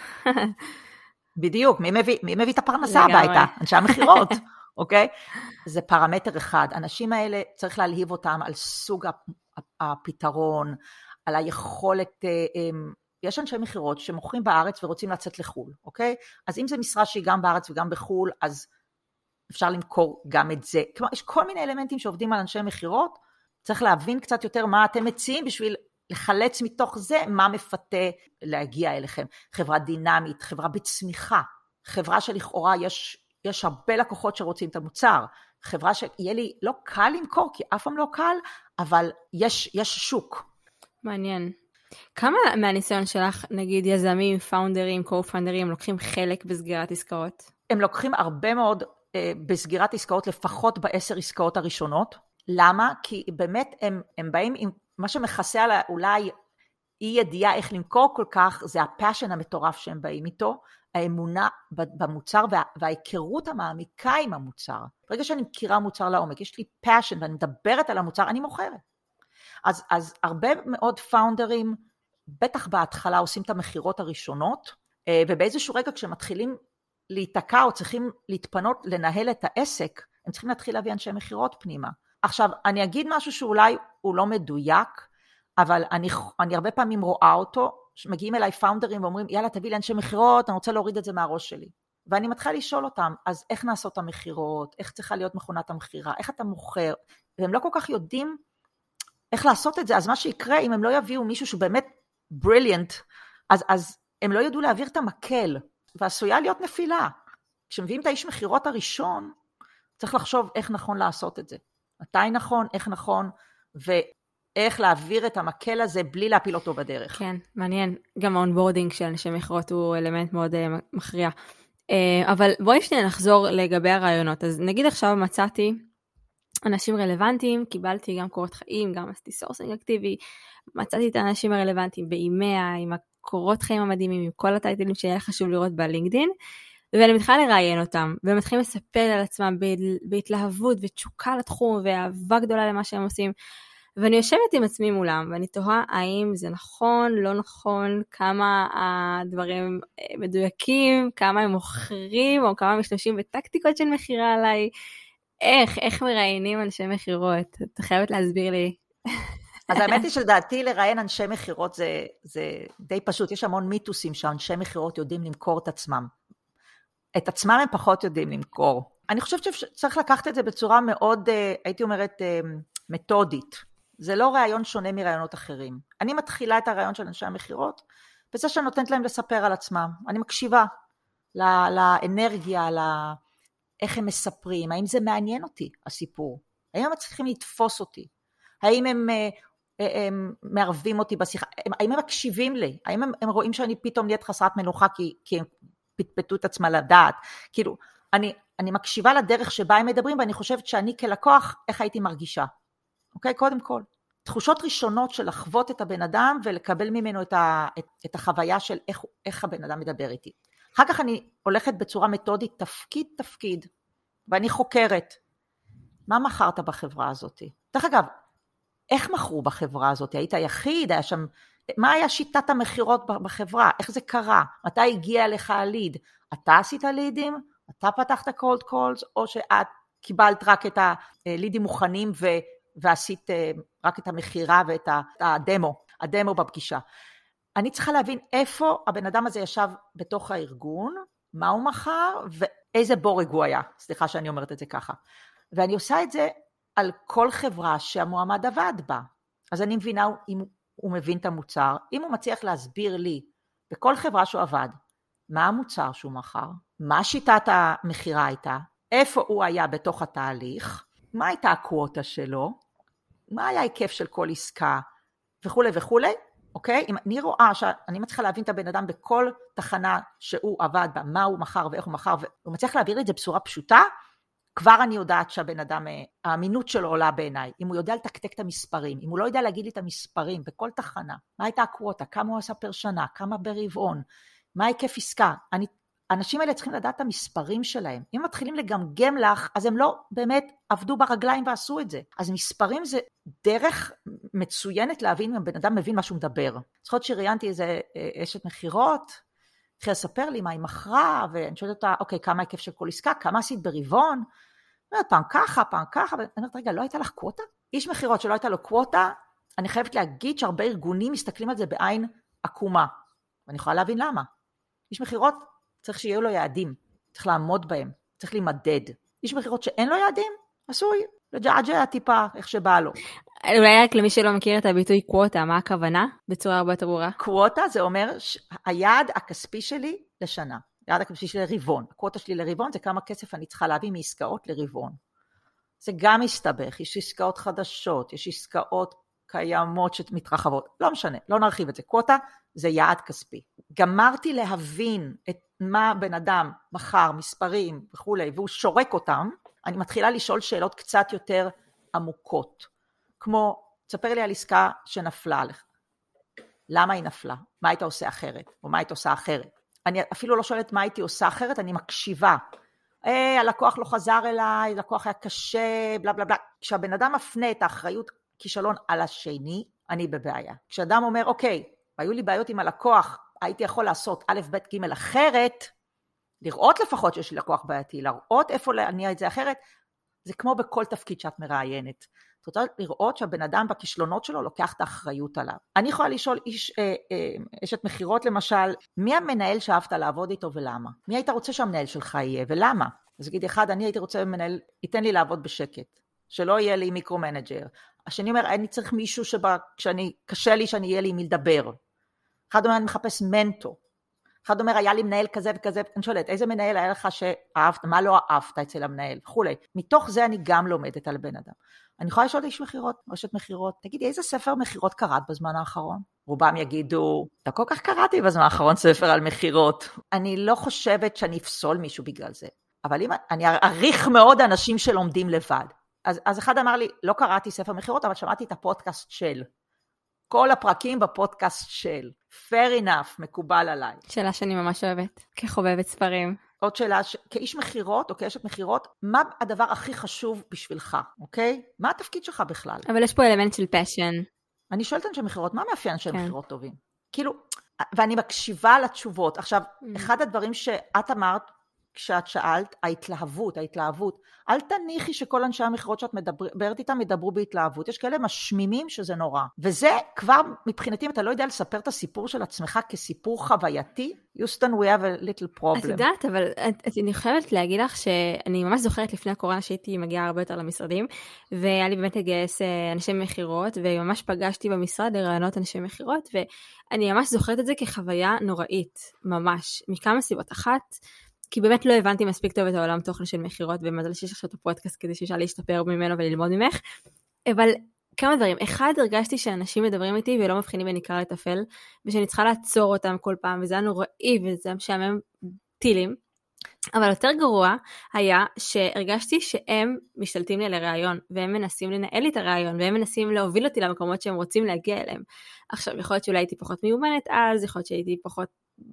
בדיוק, מי מביא, מי מביא את הפרנסה הביתה? אנשי המחירות, אוקיי? זה פרמטר אחד. אנשים האלה צריך להלהיב אותם על סוג הפתרון, על היכולת, יש אנשי מחירות שמוכרים בארץ ורוצים לצאת לחול, אוקיי? אז אם זה משרה שהיא גם בארץ וגם בחול, אז אפשר למכור גם את זה. כלומר, יש כל מיני אלמנטים שעובדים על אנשי מחירות, צריך להבין קצת יותר מה אתם מציעים, בשביל לחלץ מתוך זה מה מפתה להגיע אליכם. חברה דינמית, חברה בצמיחה, חברה שלכאורה יש, יש הרבה לקוחות שרוצים את המוצר, חברה שיהיה לי לא קל למכור, כי אף פעם לא קל, אבל יש, יש שוק. מעניין. כמה מהניסיון שלך, נגיד יזמים, פאונדרים, קו-פאונדרים, לוקחים חלק בסגירת עסקאות? הם לוקחים הרבה מאוד אה, בסגירת עסקאות לפחות בעשר עסקאות הראשונות. למה? כי באמת הם, הם באים עם מה שמכסה על אולי אי ידיעה איך למכור כל כך, זה הפאשן המטורף שהם באים איתו, האמונה במוצר וה, וההיכרות המעמיקה עם המוצר. ברגע שאני מכירה מוצר לעומק, יש לי פאשן ואני מדברת על המוצר, אני מוכרת. אז, אז הרבה מאוד פאונדרים, בטח בהתחלה עושים את המחירות הראשונות, ובאיזשהו רגע כשמתחילים להיתקע או צריכים להתפנות לנהל את העסק, הם צריכים להתחיל להביא אנשי מחירות פנימה. עכשיו, אני אגיד משהו שאולי הוא לא מדויק, אבל אני, אני הרבה פעמים רואה אותו, שמגיעים אליי פאונדרים ואומרים, יאללה, תביא לי אנשי מחירות, אני רוצה להוריד את זה מהראש שלי. ואני מתחילה לשאול אותם, אז איך נעשות המחירות? איך צריכה להיות מכונת המחירה? איך אתה מוכר? והם לא כל כך יודעים איך לעשות את זה. אז מה שיקרה, אם הם לא יביאו מישהו שהוא באמת בריליאנט, אז, אז הם לא ידעו להעביר את המקל, ועשויה להיות נפילה. כשמביאים את האיש מחירות הראשון, צריך לחשוב איך נכון לעשות את זה. מתי נכון, איך נכון, ואיך להעביר את המקל הזה בלי להפיל אותו בדרך. כן, מעניין. גם האונבורדינג של אנשי מחירות הוא אלמנט מאוד uh, מכריע. Uh, אבל בואי שנייה נחזור לגבי הרעיונות. אז נגיד עכשיו מצאתי אנשים רלוונטיים, קיבלתי גם קורות חיים, גם עשיתי סורסינג אקטיבי, מצאתי את האנשים הרלוונטיים באימיה, עם הקורות חיים המדהימים, עם כל הטייטלים שהיה חשוב לראות בלינקדין, ואני מתחילה לראיין אותם, והם מתחילים לספר על עצמם בהתלהבות ותשוקה לתחום, ואהבה גדולה למה שהם עושים, ואני יושבת עם עצמי מולם, ואני תוהה האם זה נכון, לא נכון, כמה הדברים מדויקים, כמה הם מוכרים, או כמה משתמשים בטקטיקות של מחירה עליי, איך, איך מראיינים אנשי מחירות? אתה חייבת להסביר לי. אז האמת היא שלדעתי לראיין אנשי מחירות זה, זה די פשוט, יש המון מיתוסים שאנשי מחירות יודעים למכור את עצמם. את עצמם הם פחות יודעים למכור. אני חושבת שצריך לקחת את זה בצורה מאוד, הייתי אומרת, מתודית. זה לא רעיון שונה מרעיונות אחרים. אני מתחילה את הרעיון של אנשי המחירות, בזה שאני נותנת להם לספר על עצמם. אני מקשיבה לא, לאנרגיה, לא, איך הם מספרים, האם זה מעניין אותי, הסיפור. האם הם צריכים לתפוס אותי? האם הם, הם מערבים אותי בשיחה? האם הם מקשיבים לי? האם הם, הם רואים שאני פתאום נהיית חסרת מנוחה כי, כי הם פטפטו את עצמה לדעת? כאילו, אני, אני מקשיבה לדרך שבה הם מדברים, ואני חושבת שאני כלקוח, איך הייתי מרגישה? אוקיי? קודם כל. תחושות ראשונות של לחוות את הבן אדם, ולקבל ממנו את, ה, את, את החוויה של איך, איך הבן אדם מדבר איתי. אחר כך אני הולכת בצורה מתודית, תפקיד תפקיד, ואני חוקרת. מה מכרת בחברה הזאת? דרך אגב, איך מכרו בחברה הזאת? היית היחיד? היה שם, מה היה שיטת המחירות בחברה? איך זה קרה? מתי הגיע לך הליד? אתה עשית לידים? אתה פתחת קולד קולס? או שאת קיבלת רק את הלידים מוכנים ו, ועשית רק את המחירה ואת הדמו, הדמו בפגישה? אני צריכה להבין איפה הבן אדם הזה ישב בתוך הארגון, מה הוא מכר ואיזה בורג הוא היה. סליחה שאני אומרת את זה ככה. ואני עושה את זה על כל חברה שהמועמד עבד בה. אז אני מבינה אם הוא מבין את המוצר, אם הוא מצליח להסביר לי בכל חברה שהוא עבד, מה המוצר שהוא מכר, מה שיטת המחירה הייתה, איפה הוא היה בתוך התהליך, מה הייתה הקווטה שלו, מה היה היקף של כל עסקה וכו' וכו'. אוקיי? אם אני רואה שאני מצליחה להבין את הבן אדם בכל תחנה שהוא עבד בה, מה הוא מכר ואיך הוא מכר, והוא מצליח להעביר את זה בצורה פשוטה, כבר אני יודעת שהבן אדם, האמינות שלו עולה בעיניי. אם הוא יודע לתקתק את המספרים, אם הוא לא יודע להגיד לי את המספרים בכל תחנה, מה הייתה הקווטה, כמה הוא עשה פר שנה, כמה ברבעון, מה היקף עסקה, אני, האנשים האלה צריכים לדעת את המספרים שלהם. אם מתחילים לגמגם לך, אז הם לא באמת עבדו ברגליים ועשו את זה. אז מספרים זה דרך מצוינת להבין אם הבן אדם מבין מה שהוא מדבר. זכות שראיינתי איזה אשת מחירות, התחילה לספר לי מה היא מכרה, ואני שואלת אותה, אוקיי, כמה היקף של כל עסקה, כמה עשית ברבעון? אומרת, פעם ככה, פעם ככה, ואני אומרת, רגע, לא הייתה לך קווטה? איש מחירות שלא הייתה לו קווטה, אני חייבת להגיד שהרבה ארגונים מסתכלים על זה בעין עקומה. ואני יכולה להבין למה. איש מחירות צריך שיהיו לו יעדים, צריך לעמוד בהם, צריך להימדד. איש מחירות שאין לו יעדים, עשוי לג'עג'ע טיפה, איך שבא לו. אולי רק למי שלא מכיר את הביטוי קווטה, מה הכוונה? בצורה הרבה יותר ברורה. קווטה זה אומר היעד הכספי שלי לשנה. היעד הכספי שלי לרבעון. הקווטה שלי לרבעון זה כמה כסף אני צריכה להביא מעסקאות לרבעון. זה גם מסתבך, יש עסקאות חדשות, יש עסקאות קיימות שמתרחבות. לא משנה, לא נרחיב את זה. קווטה זה יעד כספי. גמרתי להבין את מה בן אדם מחר, מספרים וכולי, והוא שורק אותם, אני מתחילה לשאול שאלות קצת יותר עמוקות, כמו, תספר לי על עסקה שנפלה לך. למה היא נפלה? מה היית עושה אחרת? או מה היית עושה אחרת? אני אפילו לא שואלת מה הייתי עושה אחרת, אני מקשיבה. אה, הלקוח לא חזר אליי, הלקוח היה קשה, בלה בלה בלה. כשהבן אדם מפנה את האחריות כישלון על השני, אני בבעיה. כשאדם אומר, אוקיי, היו לי בעיות עם הלקוח, הייתי יכול לעשות א', ב', ג' אחרת, לראות לפחות שיש לי לקוח בעייתי, לראות איפה להניע את זה אחרת, זה כמו בכל תפקיד שאת מראיינת. את רוצה לראות שהבן אדם בכישלונות שלו לוקח את האחריות עליו. אני יכולה לשאול איש, אה, אה, אשת מחירות למשל, מי המנהל שאהבת לעבוד איתו ולמה? מי היית רוצה שהמנהל שלך יהיה ולמה? אז אגיד אחד, אני הייתי רוצה מנהל, ייתן לי לעבוד בשקט, שלא יהיה לי מיקרו-מנג'ר. השני אומר, אני צריך מישהו שבה, כשאני, קשה לי שאני יהיה לי מי לדבר. אחד אומר, אני מחפש מנטור. אחד אומר, היה לי מנהל כזה וכזה, אני שואלת, איזה מנהל היה לך שאהבת, מה לא אהבת אצל המנהל, וכולי. מתוך זה אני גם לומדת על בן אדם. אני יכולה לשאול איש מחירות, ראשת מחירות, תגידי, איזה ספר מחירות קראת בזמן האחרון? רובם יגידו, אתה כל כך קראתי בזמן האחרון ספר על מחירות. אני לא חושבת שאני אפסול מישהו בגלל זה, אבל אם, אני אעריך מאוד אנשים שלומדים לבד. אז, אז אחד אמר לי, לא קראתי ספר מחירות, אבל שמעתי את הפודקאסט של. כל הפרקים בפודקאסט של. fair enough, מקובל עליי. שאלה שאני ממש אוהבת, כחובבת ספרים. עוד שאלה, ש... כאיש מחירות או כאשת מחירות, מה הדבר הכי חשוב בשבילך, אוקיי? מה התפקיד שלך בכלל? אבל יש פה אלמנט של פשן. אני שואלת אנשי מחירות, מה מאפיין אנשי כן. מחירות טובים? כאילו, ואני מקשיבה לתשובות. עכשיו, mm. אחד הדברים שאת אמרת, כשאת שאלת, ההתלהבות, ההתלהבות, אל תניחי שכל אנשי המחירות שאת מדברת איתם ידברו בהתלהבות, יש כאלה משמימים שזה נורא, וזה כבר מבחינתי, אם אתה לא יודע לספר את הסיפור של עצמך כסיפור חווייתי, Houston, we have a little problem. את יודעת, אבל אני חייבת להגיד לך שאני ממש זוכרת לפני הקורונה שהייתי מגיעה הרבה יותר למשרדים, והיה לי באמת לגייס אנשי מחירות, וממש פגשתי במשרד לרעיונות אנשי מחירות, ואני ממש זוכרת את זה כחוויה נוראית, ממש, מכמה סיבות. אחת, כי באמת לא הבנתי מספיק טוב את העולם תוכן של מחירות, ומזל שיש עכשיו את הפודקאסט כדי שאפשר להשתפר ממנו וללמוד ממך, אבל כמה דברים. אחד, הרגשתי שאנשים מדברים איתי ולא מבחינים בין עיקר לטפל, ושאני צריכה לעצור אותם כל פעם, וזה היה נוראי, וזה משעמם טילים. אבל יותר גרוע היה שהרגשתי שהם משתלטים לי על הרעיון, והם מנסים לנהל לי את הרעיון, והם מנסים להוביל אותי למקומות שהם רוצים להגיע אליהם. עכשיו, יכול להיות שאולי הייתי פחות מיומנת אז, יכול להיות שהייתי פחות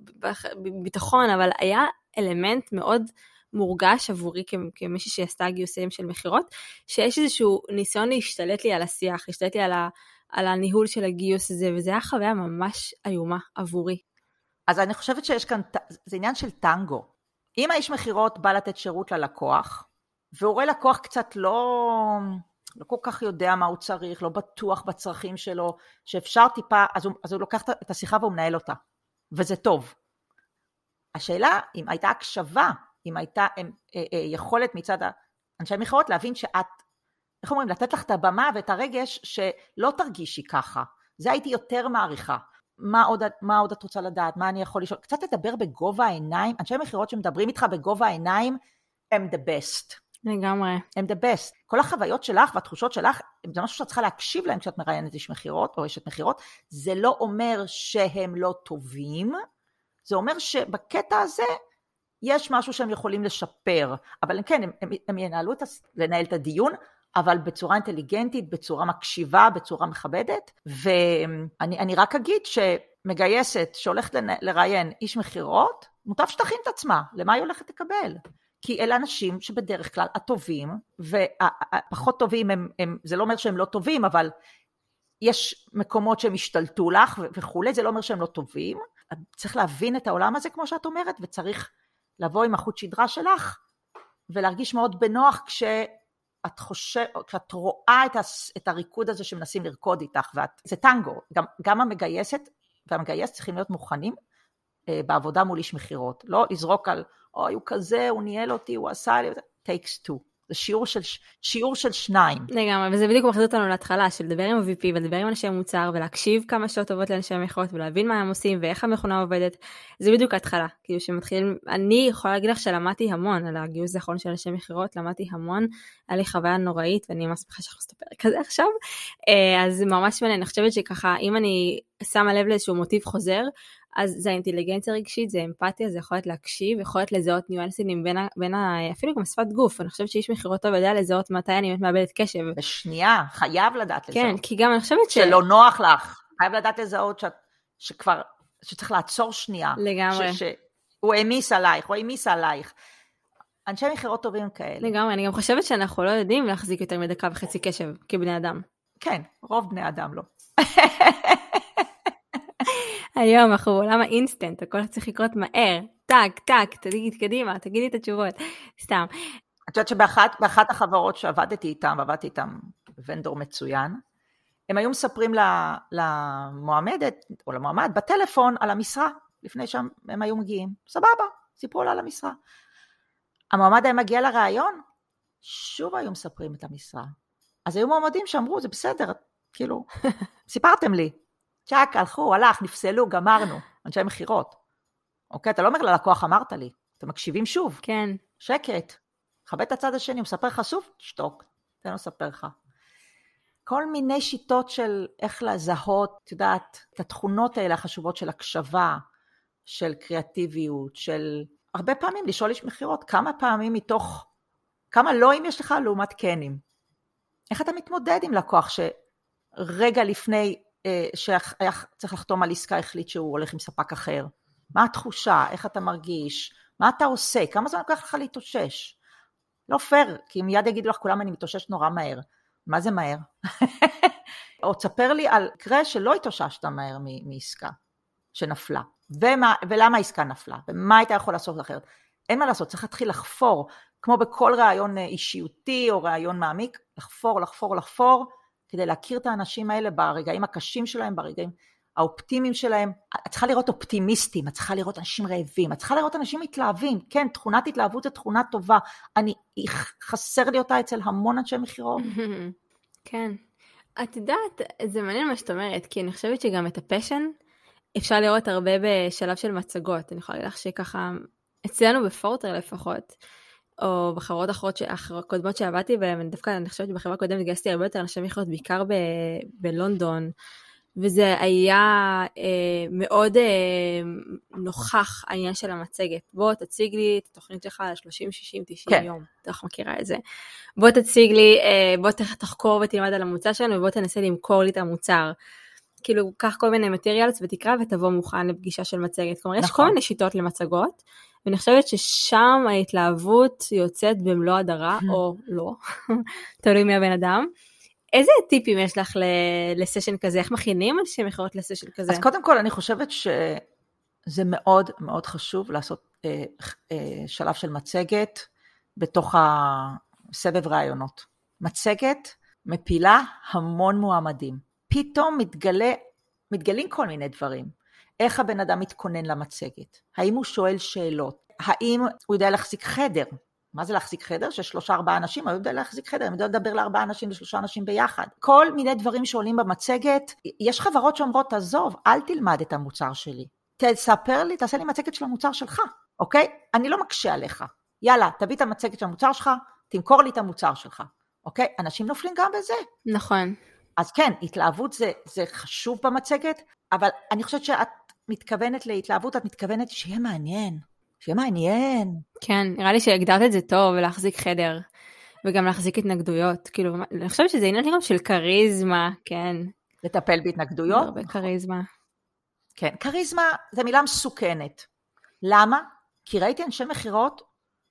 ביטחון, אבל היה אלמנט מאוד מורגש עבורי כמישהי שעשתה גיוסים של מחירות, שיש איזשהו ניסיון להשתלט לי על השיח, להשתלט לי על, ה, על הניהול של הגיוס הזה, וזה היה חוויה ממש איומה עבורי. אז אני חושבת שיש כאן, זה עניין של טנגו. אם האיש מחירות בא לתת שירות ללקוח, והוא רואה לקוח קצת לא, לא כל כך יודע מה הוא צריך, לא בטוח בצרכים שלו, שאפשר טיפה, אז הוא, אז הוא לוקח את השיחה והוא מנהל אותה, וזה טוב. השאלה, אם הייתה הקשבה, אם הייתה הם, אה, אה, יכולת מצד אנשי מחירות להבין שאת, איך אומרים, לתת לך את הבמה ואת הרגש שלא תרגישי ככה. זה הייתי יותר מעריכה. מה עוד, מה עוד את רוצה לדעת? מה אני יכול לשאול? קצת לדבר בגובה העיניים. אנשי מחירות שמדברים איתך בגובה העיניים, הם the best. לגמרי. הם the best. כל החוויות שלך והתחושות שלך, זה משהו שאת צריכה להקשיב להם כשאת מראיינת איש מחירות או אשת מחירות. זה לא אומר שהם לא טובים, זה אומר שבקטע הזה יש משהו שהם יכולים לשפר, אבל כן, הם, הם, הם ינהלו את, לנהל את הדיון, אבל בצורה אינטליגנטית, בצורה מקשיבה, בצורה מכבדת, ואני אני רק אגיד שמגייסת שהולכת לראיין איש מחירות, מוטב שתכין את עצמה, למה היא הולכת לקבל? כי אלה אנשים שבדרך כלל הטובים, והפחות טובים, הם, הם, זה לא אומר שהם לא טובים, אבל יש מקומות שהם השתלטו לך וכו', זה לא אומר שהם לא טובים, צריך להבין את העולם הזה כמו שאת אומרת, וצריך לבוא עם החוט שדרה שלך, ולהרגיש מאוד בנוח כשאת חושב, כשאת רואה את, הס, את הריקוד הזה שמנסים לרקוד איתך, ואת, זה טנגו, גם, גם המגייסת והמגייס צריכים להיות מוכנים אה, בעבודה מול איש מחירות, לא לזרוק על, אוי הוא כזה, הוא ניהל אותי, הוא עשה לי, takes two. זה שיעור של, שיעור של שניים. לגמרי, וזה בדיוק מחזיר אותנו להתחלה, של לדבר עם ה-וי פי ולדבר עם אנשי המוצר, ולהקשיב כמה שעות טובות לאנשי המחירות, ולהבין מה הם עושים, ואיך המכונה עובדת, זה בדיוק ההתחלה. כאילו שמתחילים, אני יכולה להגיד לך שלמדתי המון, על הגיוס האחרון של אנשי מחירות, למדתי המון, היה לי חוויה נוראית, ואני ממש שמחה שאנחנו נסתפר כזה עכשיו, אז ממש מעניין, אני חושבת שככה, אם אני שמה לב לאיזשהו מוטיב חוזר, אז זה אינטליגנציה רגשית, זה אמפתיה, זה יכולת להקשיב, יכולת לזהות ניואנסים בין, בין ה, אפילו גם שפת גוף. אני חושבת שאיש מכירות טוב יודע לזהות מתי אני מאבדת קשב. בשנייה, חייב לדעת לזהות. כן, כי גם אני חושבת ש... שלא נוח לך, חייב לדעת לזהות שאת, שכבר, שצריך לעצור שנייה. לגמרי. ש, שהוא אמיס עלייך, הוא אמיס עלייך. אנשי מכירות טובים כאלה. לגמרי, אני גם חושבת שאנחנו לא יודעים להחזיק יותר מדקה וחצי קשב כבני אדם. כן, רוב בני אדם לא. היום אנחנו בעולם האינסטנט, הכל צריך לקרות מהר, טק, טק, תגיד קדימה, תגידי את התשובות, סתם. את יודעת שבאחת באחת החברות שעבדתי איתם, עבדתי איתם ונדור מצוין, הם היו מספרים למועמדת, או למועמד, בטלפון על המשרה, לפני שהם היו מגיעים, סבבה, סיפרו לה על המשרה. המועמד היה מגיע לרעיון, שוב היו מספרים את המשרה. אז היו מועמדים שאמרו, זה בסדר, כאילו, סיפרתם לי. צ'ק, הלכו, הלך, נפסלו, גמרנו, אנשי מחירות. אוקיי, אתה לא אומר ללקוח, אמרת לי, אתם מקשיבים שוב. כן. שקט, חבד את הצד השני, הוא מספר לך שוב, שתוק, תן לו לספר לך. כל מיני שיטות של איך לזהות, את יודעת, את התכונות האלה החשובות של הקשבה, של קריאטיביות, של הרבה פעמים לשאול איש מחירות, כמה פעמים מתוך, כמה לואים יש לך לעומת כנים. איך אתה מתמודד עם לקוח שרגע לפני שהיה צריך לחתום על עסקה, החליט שהוא הולך עם ספק אחר? מה התחושה? איך אתה מרגיש? מה אתה עושה? כמה זמן לוקח לך להתאושש? לא פייר, כי מיד יגידו לך כולם אני מתאושש נורא מהר. מה זה מהר? או תספר לי על קרה שלא התאוששת מהר מעסקה שנפלה. ומה, ולמה העסקה נפלה? ומה היית יכול לעשות אחרת? אין מה לעשות, צריך להתחיל לחפור, כמו בכל רעיון אישיותי או רעיון מעמיק, לחפור, לחפור, לחפור, כדי להכיר את האנשים האלה ברגעים הקשים שלהם, ברגעים האופטימיים שלהם. את צריכה לראות אופטימיסטים, את צריכה לראות אנשים רעבים, את צריכה לראות אנשים מתלהבים. כן, תכונת התלהבות זה תכונה טובה. אני, חסר לי אותה אצל המון אנשי מחירות. כן. את יודעת, זה מעניין מה שאת אומרת, כי אני חושבת שגם את הפשן אפשר לראות הרבה בשלב של מצגות. אני יכולה להגיד לך שככה, אצלנו בפורטר לפחות, או בחברות אחרות הקודמות שעבדתי בהן, דווקא אני חושבת שבחברה הקודמת גייסתי הרבה יותר אנשי מכירות, בעיקר ב- בלונדון, וזה היה אה, מאוד אה, נוכח העניין של המצגת. בוא תציג לי את התוכנית שלך ל-שלושים, שישים, תשעים כן. יום, אתה מכירה את זה. בוא תציג לי, אה, בוא תחקור ותלמד על המוצר שלנו, ובוא תנסה למכור לי את המוצר. כאילו, קח כל מיני מטריאלס ותקרא ותבוא מוכן לפגישה של מצגת. כלומר, נכון. יש כל מיני שיטות למצגות, ואני חושבת ששם ההתלהבות יוצאת במלוא הדרה, או לא, תלוי מי הבן אדם. איזה טיפים יש לך לסשן כזה? איך מכינים אנשי מכירות לסשן כזה? אז קודם כל, אני חושבת שזה מאוד מאוד חשוב לעשות אה, אה, שלב של מצגת בתוך הסבב רעיונות. מצגת מפילה המון מועמדים. פתאום מתגלה, מתגלים כל מיני דברים. איך הבן אדם מתכונן למצגת? האם הוא שואל שאלות? האם הוא יודע להחזיק חדר? מה זה להחזיק חדר? ששלושה ארבעה אנשים, הוא יודע להחזיק חדר, הם יודעים לדבר לארבעה אנשים ושלושה אנשים ביחד. כל מיני דברים שעולים במצגת, יש חברות שאומרות, תעזוב, אל תלמד את המוצר שלי. תספר לי, תעשה לי מצגת של המוצר שלך, אוקיי? אני לא מקשה עליך. יאללה, תביא את המצגת של המוצר שלך, תמכור לי את המוצר שלך, אוקיי? אנשים נופלים גם בזה. נכון. אז כן, התלהבות זה, זה חשוב במצגת, אבל אני חושבת שאת מתכוונת להתלהבות, את מתכוונת שיהיה מעניין. שיהיה מעניין. כן, נראה לי שהגדרת את זה טוב, ולהחזיק חדר, וגם להחזיק התנגדויות. כאילו, אני חושבת שזה עניין גם של קריזמה, כן. לטפל בהתנגדויות. הרבה קריזמה. כן, קריזמה זה מילה מסוכנת. למה? כי ראיתי אנשי מחירות,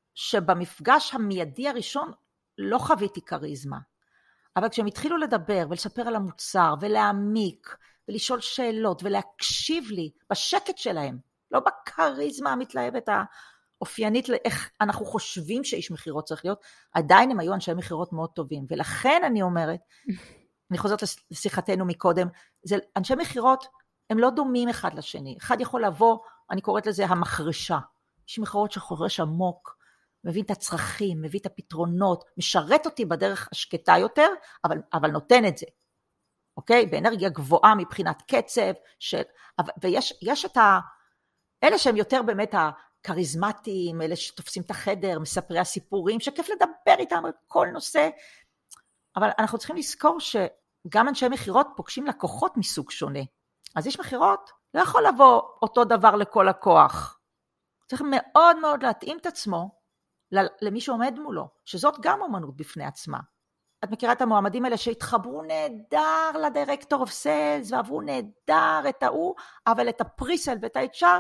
שבמפגש המיידי הראשון, לא חוויתי קריזמה. אבל כשהם התחילו לדבר, ולספר על המוצר, ולהעמיק, ולשאול שאלות, ולהקשיב לי, בשקט שלהם, לא בקריזמה המתלהבת האופיינית לאיך אנחנו חושבים שאיש מחירות צריך להיות, עדיין הם היו אנשי מחירות מאוד טובים, ולכן אני אומרת, אני חוזרת לשיחתנו מקודם, זה אנשי מחירות, הם לא דומים אחד לשני, אחד יכול לבוא, אני קוראת לזה המחרשה, איש מחירות שחורש עמוק, מביא את הצרכים, מביא את הפתרונות, משרת אותי בדרך השקטה יותר, אבל, אבל נותן את זה, אוקיי? באנרגיה גבוהה מבחינת קצב, של, ויש יש את ה... אלה שהם יותר באמת הקריזמטיים, אלה שתופסים את החדר, מספרי הסיפורים, שכיף לדבר איתם על כל נושא, אבל אנחנו צריכים לזכור שגם אנשי מחירות פוגשים לקוחות מסוג שונה. אז יש מחירות, לא יכול לבוא אותו דבר לכל הכוח. צריך מאוד מאוד להתאים את עצמו למי שעומד מולו, שזאת גם אומנות בפני עצמה. את מכירה את המועמדים האלה שהתחברו נהדר לדירקטור אוף סיילס, ועברו נהדר את ההוא, אבל את הפריסל ואת ה-אייץ' אר,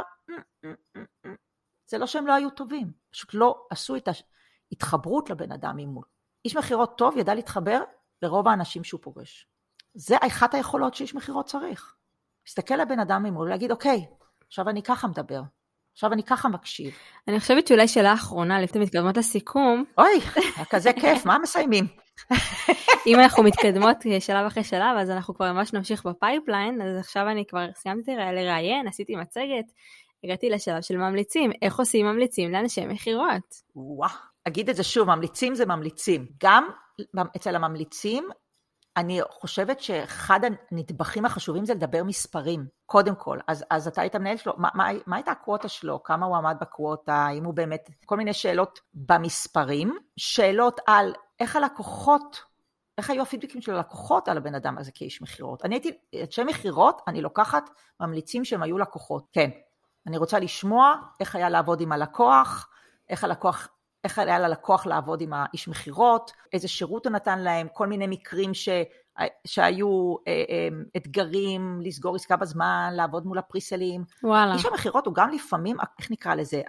זה לא שהם לא היו טובים, פשוט לא עשו את ההתחברות לבן אדם ממול. איש מחירות טוב ידע להתחבר לרוב האנשים שהוא פוגש. זה אחת היכולות שאיש מחירות צריך. להסתכל לבן אדם ממול ולהגיד, אוקיי, עכשיו אני ככה מדבר, עכשיו אני ככה מקשיב. אני חושבת שאולי שאלה האחרונה, לפני מתקדמות לסיכום. אוי, כזה כיף, מה מסיימים? אם אנחנו מתקדמות שלב אחרי שלב, אז אנחנו כבר ממש נמשיך בפייפליין, אז עכשיו אני כבר סיימתי לראיין, עשיתי מצגת, הגעתי לשלב של ממליצים. איך עושים ממליצים לאנשי מחירות? וואו, אגיד את זה שוב, ממליצים זה ממליצים. גם אצל הממליצים, אני חושבת שאחד הנדבכים החשובים זה לדבר מספרים, קודם כל. אז, אז אתה היית מנהל שלו, מה, מה, מה הייתה הקווטה שלו? כמה הוא עמד בקווטה? האם הוא באמת, כל מיני שאלות במספרים, שאלות על איך הלקוחות, איך היו הפידבקים של הלקוחות על הבן אדם הזה כאיש מחירות. אני הייתי, את שם מחירות, אני לוקחת ממליצים שהם היו לקוחות. כן, אני רוצה לשמוע איך היה לעבוד עם הלקוח, איך הלקוח, איך היה ללקוח לעבוד עם האיש מחירות, איזה שירות הוא נתן להם, כל מיני מקרים ש, שהיו אה, אה, אתגרים, לסגור עסקה בזמן, לעבוד מול הפריסלים. וואלה. איש המחירות הוא גם לפעמים, איך נקרא לזה,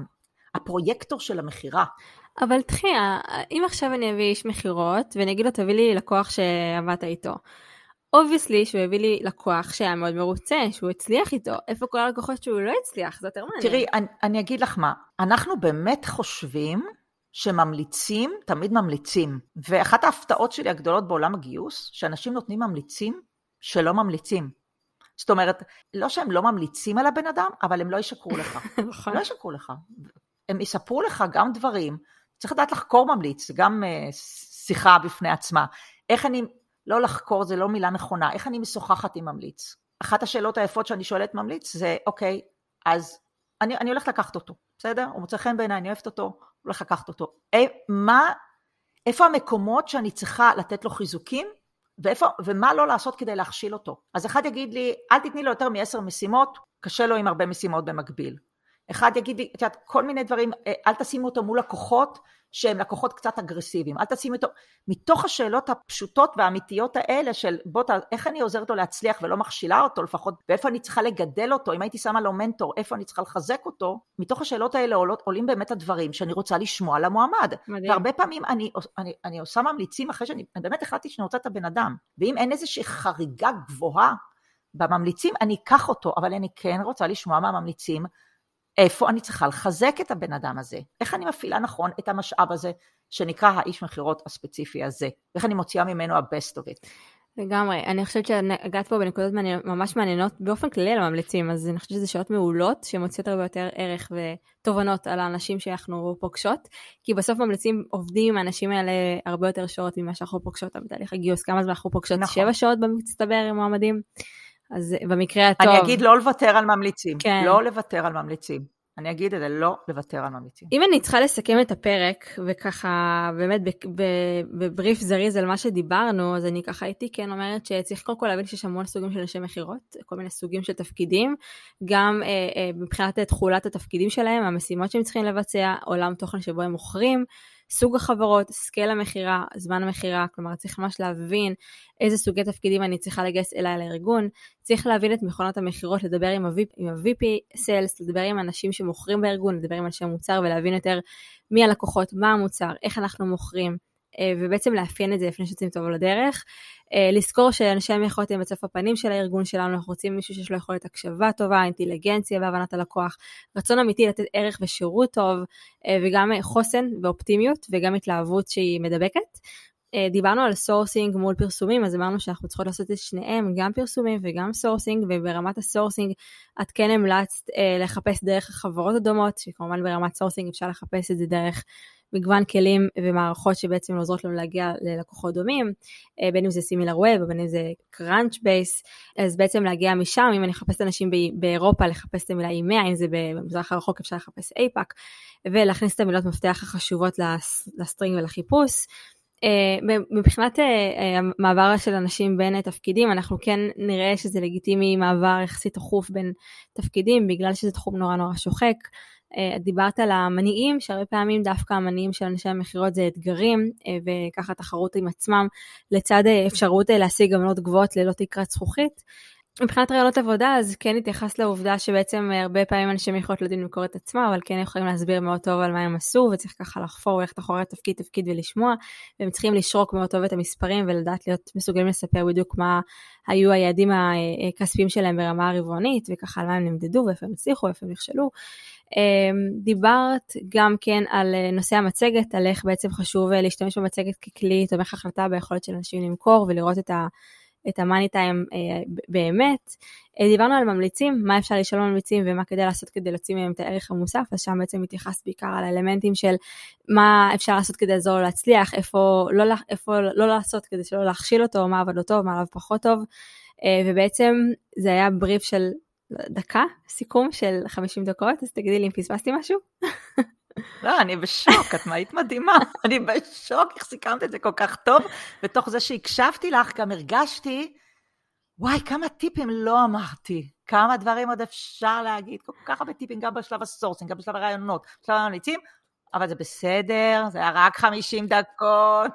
הפרויקטור של המחירה. אבל תחייה, אם עכשיו אני אביא איש מחירות, ואני אגיד לו, תביא לי לקוח שעבדת איתו. obviously שהוא הביא לי לקוח שהיה מאוד מרוצה, שהוא הצליח איתו. איפה כל הלקוחות שהוא לא הצליח? זה יותר מעניין. תראי, אני, אני אגיד לך מה, אנחנו באמת חושבים שממליצים, תמיד ממליצים. ואחת ההפתעות שלי הגדולות בעולם הגיוס, שאנשים נותנים ממליצים שלא ממליצים. זאת אומרת, לא שהם לא ממליצים על הבן אדם, אבל הם לא ישקרו לך. לא ישקרו לך. הם יספרו לך גם דברים, צריך לדעת לחקור ממליץ, זה גם uh, שיחה בפני עצמה. איך אני, לא לחקור, זה לא מילה נכונה, איך אני משוחחת עם ממליץ? אחת השאלות היפות שאני שואלת ממליץ זה, אוקיי, אז אני, אני הולכת לקחת אותו, בסדר? הוא מוצא חן בעיניי, אני אוהבת אותו, הולך לקחת אותו. אי, מה, איפה המקומות שאני צריכה לתת לו חיזוקים, ואיפה, ומה לא לעשות כדי להכשיל אותו? אז אחד יגיד לי, אל תתני לו יותר מעשר משימות, קשה לו עם הרבה משימות במקביל. אחד יגיד לי, את יודעת, כל מיני דברים, אל תשימו אותו מול לקוחות, שהם לקוחות קצת אגרסיביים, אל תשימו אותו, מתוך השאלות הפשוטות והאמיתיות האלה, של בוא, איך אני עוזרת לו להצליח ולא מכשילה אותו לפחות, ואיפה אני צריכה לגדל אותו, אם הייתי שמה לו מנטור, איפה אני צריכה לחזק אותו, מתוך השאלות האלה עולות, עולים באמת הדברים, שאני רוצה לשמוע למועמד, מדהים. והרבה פעמים אני, אני, אני עושה ממליצים, אחרי שאני אני באמת החלטתי שאני רוצה את הבן אדם, ואם אין איזושהי חריגה גבוהה, בממליצים אני אקח אותו, אבל אני כן רוצה לשמוע מהממליצים, איפה אני צריכה לחזק את הבן אדם הזה? איך אני מפעילה נכון את המשאב הזה, שנקרא האיש מחירות הספציפי הזה? איך אני מוציאה ממנו ה-best of it? לגמרי, אני חושבת שהגעת פה בנקודות ממש מעניינות, באופן כללי לממליצים, אז אני חושבת שזה שאלות מעולות, שמוציאות הרבה יותר ערך ותובנות על האנשים שאנחנו פוגשות, כי בסוף ממליצים עובדים עם האנשים האלה הרבה יותר שעות ממה שאנחנו פוגשות בתהליך הגיוס, כמה זמן אנחנו פוגשות? נכון. שבע שעות במצטבר עם מועמדים? אז במקרה הטוב... אני אגיד לא לוותר על ממליצים, כן. לא לוותר על ממליצים. אני אגיד את זה, לא לוותר על ממליצים. אם אני צריכה לסכם את הפרק, וככה באמת בבריף זריז על מה שדיברנו, אז אני ככה הייתי כן אומרת שצריך קודם כל להבין שיש המון סוגים של אנשי מחירות, כל מיני סוגים של תפקידים, גם אה, אה, מבחינת תחולת התפקידים שלהם, המשימות שהם צריכים לבצע, עולם תוכן שבו הם מוכרים, סוג החברות, סקייל המחירה, זמן המחירה, כלומר צריך ממש להבין איזה סוגי תפקידים אני צריכה לגייס אליי לארגון, צריך להבין את מכונות המחירות, לדבר עם ה-וי פי Sales, לדבר עם אנשים שמוכרים בארגון, לדבר עם אנשי מוצר ולהבין יותר מי הלקוחות, מה המוצר, איך אנחנו מוכרים, ובעצם לאפיין את זה לפני שיוצאים טוב לדרך, לזכור שאנשי המחירות הם בצף הפנים של הארגון שלנו, אנחנו רוצים מישהו שיש לו יכולת הקשבה טובה, אינטליגנציה בהבנת הלקוח, רצון אמיתי לתת ערך ושירות טוב, וגם חוסן ואופטימיות, וגם התלהבות שהיא מדבקת. דיברנו על סורסינג מול פרסומים, אז אמרנו שאנחנו צריכות לעשות את שניהם, גם פרסומים וגם סורסינג, וברמת הסורסינג את כן המלצת לחפש דרך החברות הדומות, שכמובן ברמת סורסינג אפשר לחפש את זה דרך מגוון כלים ומערכות שבעצם עוזרות לנו להגיע ללקוחות דומים, בין אם זה סימילר ווב, בין אם זה קראנץ' בייס, אז בעצם להגיע משם, אם אני אחפש אנשים באירופה, לחפש את המילה אימיה, אם זה במזרח הרחוק אפשר לחפש אייפאק, ולהכניס את המילות מפתח החשובות לסטרינג ולחיפוש, מבחינת המעבר של אנשים בין תפקידים, אנחנו כן נראה שזה לגיטימי מעבר יחסית תחוף בין תפקידים, בגלל שזה תחום נורא נורא שוחק. דיברת על המניעים, שהרבה פעמים דווקא המניעים של אנשי המחירות זה אתגרים, וככה תחרות עם עצמם, לצד אפשרות להשיג עמלות גבוהות ללא תקרת זכוכית. מבחינת רעיונות עבודה, אז כן התייחס לעובדה שבעצם הרבה פעמים אנשי מכירות לא יודעים למכור את עצמם, אבל כן יכולים להסביר מאוד טוב על מה הם עשו, וצריך ככה לחפור ולכת אחורי תפקיד תפקיד ולשמוע, והם צריכים לשרוק מאוד טוב את המספרים, ולדעת להיות מסוגלים לספר בדיוק מה היו היעדים הכספיים שלהם ברמה הרבעונית, וככה על מה הם נמדדו, ואיפה הם הצליחו, ואיפה הם נכשלו. דיברת גם כן על נושא המצגת, על איך בעצם חשוב להשתמש במצגת ככלי, תומך החלטה ביכולת של אנשים למכור, ולראות את ה את המאני טיים באמת. דיברנו על ממליצים, מה אפשר לשאול ממליצים ומה כדי לעשות כדי להוציא מהם את הערך המוסף, אז שם בעצם מתייחס בעיקר על האלמנטים של מה אפשר לעשות כדי לעזור לו להצליח, איפה לא, איפה לא לעשות כדי שלא להכשיל אותו, מה עבד לו טוב, מה עליו פחות טוב, ובעצם זה היה בריף של דקה, סיכום של חמישים דקות, אז תגידי לי אם פספסתי משהו. לא, אני בשוק, את מה היית מדהימה, אני בשוק, איך סיכמת את זה כל כך טוב, ותוך זה שהקשבתי לך, גם הרגשתי, וואי, כמה טיפים לא אמרתי, כמה דברים עוד אפשר להגיד, כל כך הרבה טיפים, גם בשלב הסורסינג, גם בשלב הרעיונות, בשלב הממליצים, אבל זה בסדר, זה היה רק חמישים דקות.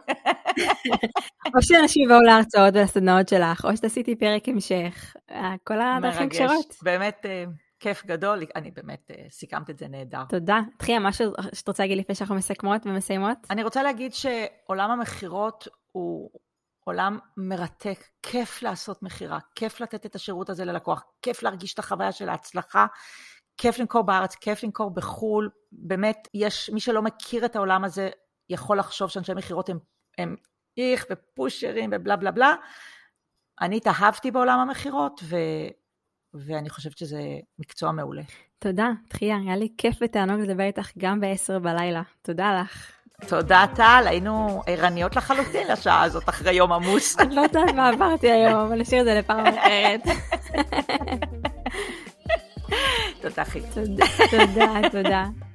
או שאנשים באו להרצאות ולסדנאות שלך, או שתעשיתי פרק המשך, כל הדרכים קשרות. באמת כיף גדול, אני באמת סיכמת את זה נהדר. תודה. תחילה, משהו שאת רוצה להגיד לפני שאנחנו מסכמות ומסיימות? אני רוצה להגיד שעולם המחירות הוא עולם מרתק, כיף לעשות מחירה, כיף לתת את השירות הזה ללקוח, כיף להרגיש את החוויה של ההצלחה, כיף למכור בארץ, כיף למכור בחול, באמת יש, מי שלא מכיר את העולם הזה, יכול לחשוב שאנשי מחירות הם, הם איך ופושרים ובלה בלה בלה, אני התאהבתי בעולם המחירות, ו... ואני חושבת שזה מקצוע מעולה. תודה, תחייה, היה לי כיף ותענוג לדבר איתך גם בעשר בלילה, תודה לך. תודה טל, היינו ערניות לחלוטין לשעה הזאת אחרי יום עמוס. אני לא יודעת מה עברתי היום, אבל נשאיר את זה לפעם אחרת. תודה אחי. תודה, תודה, תודה.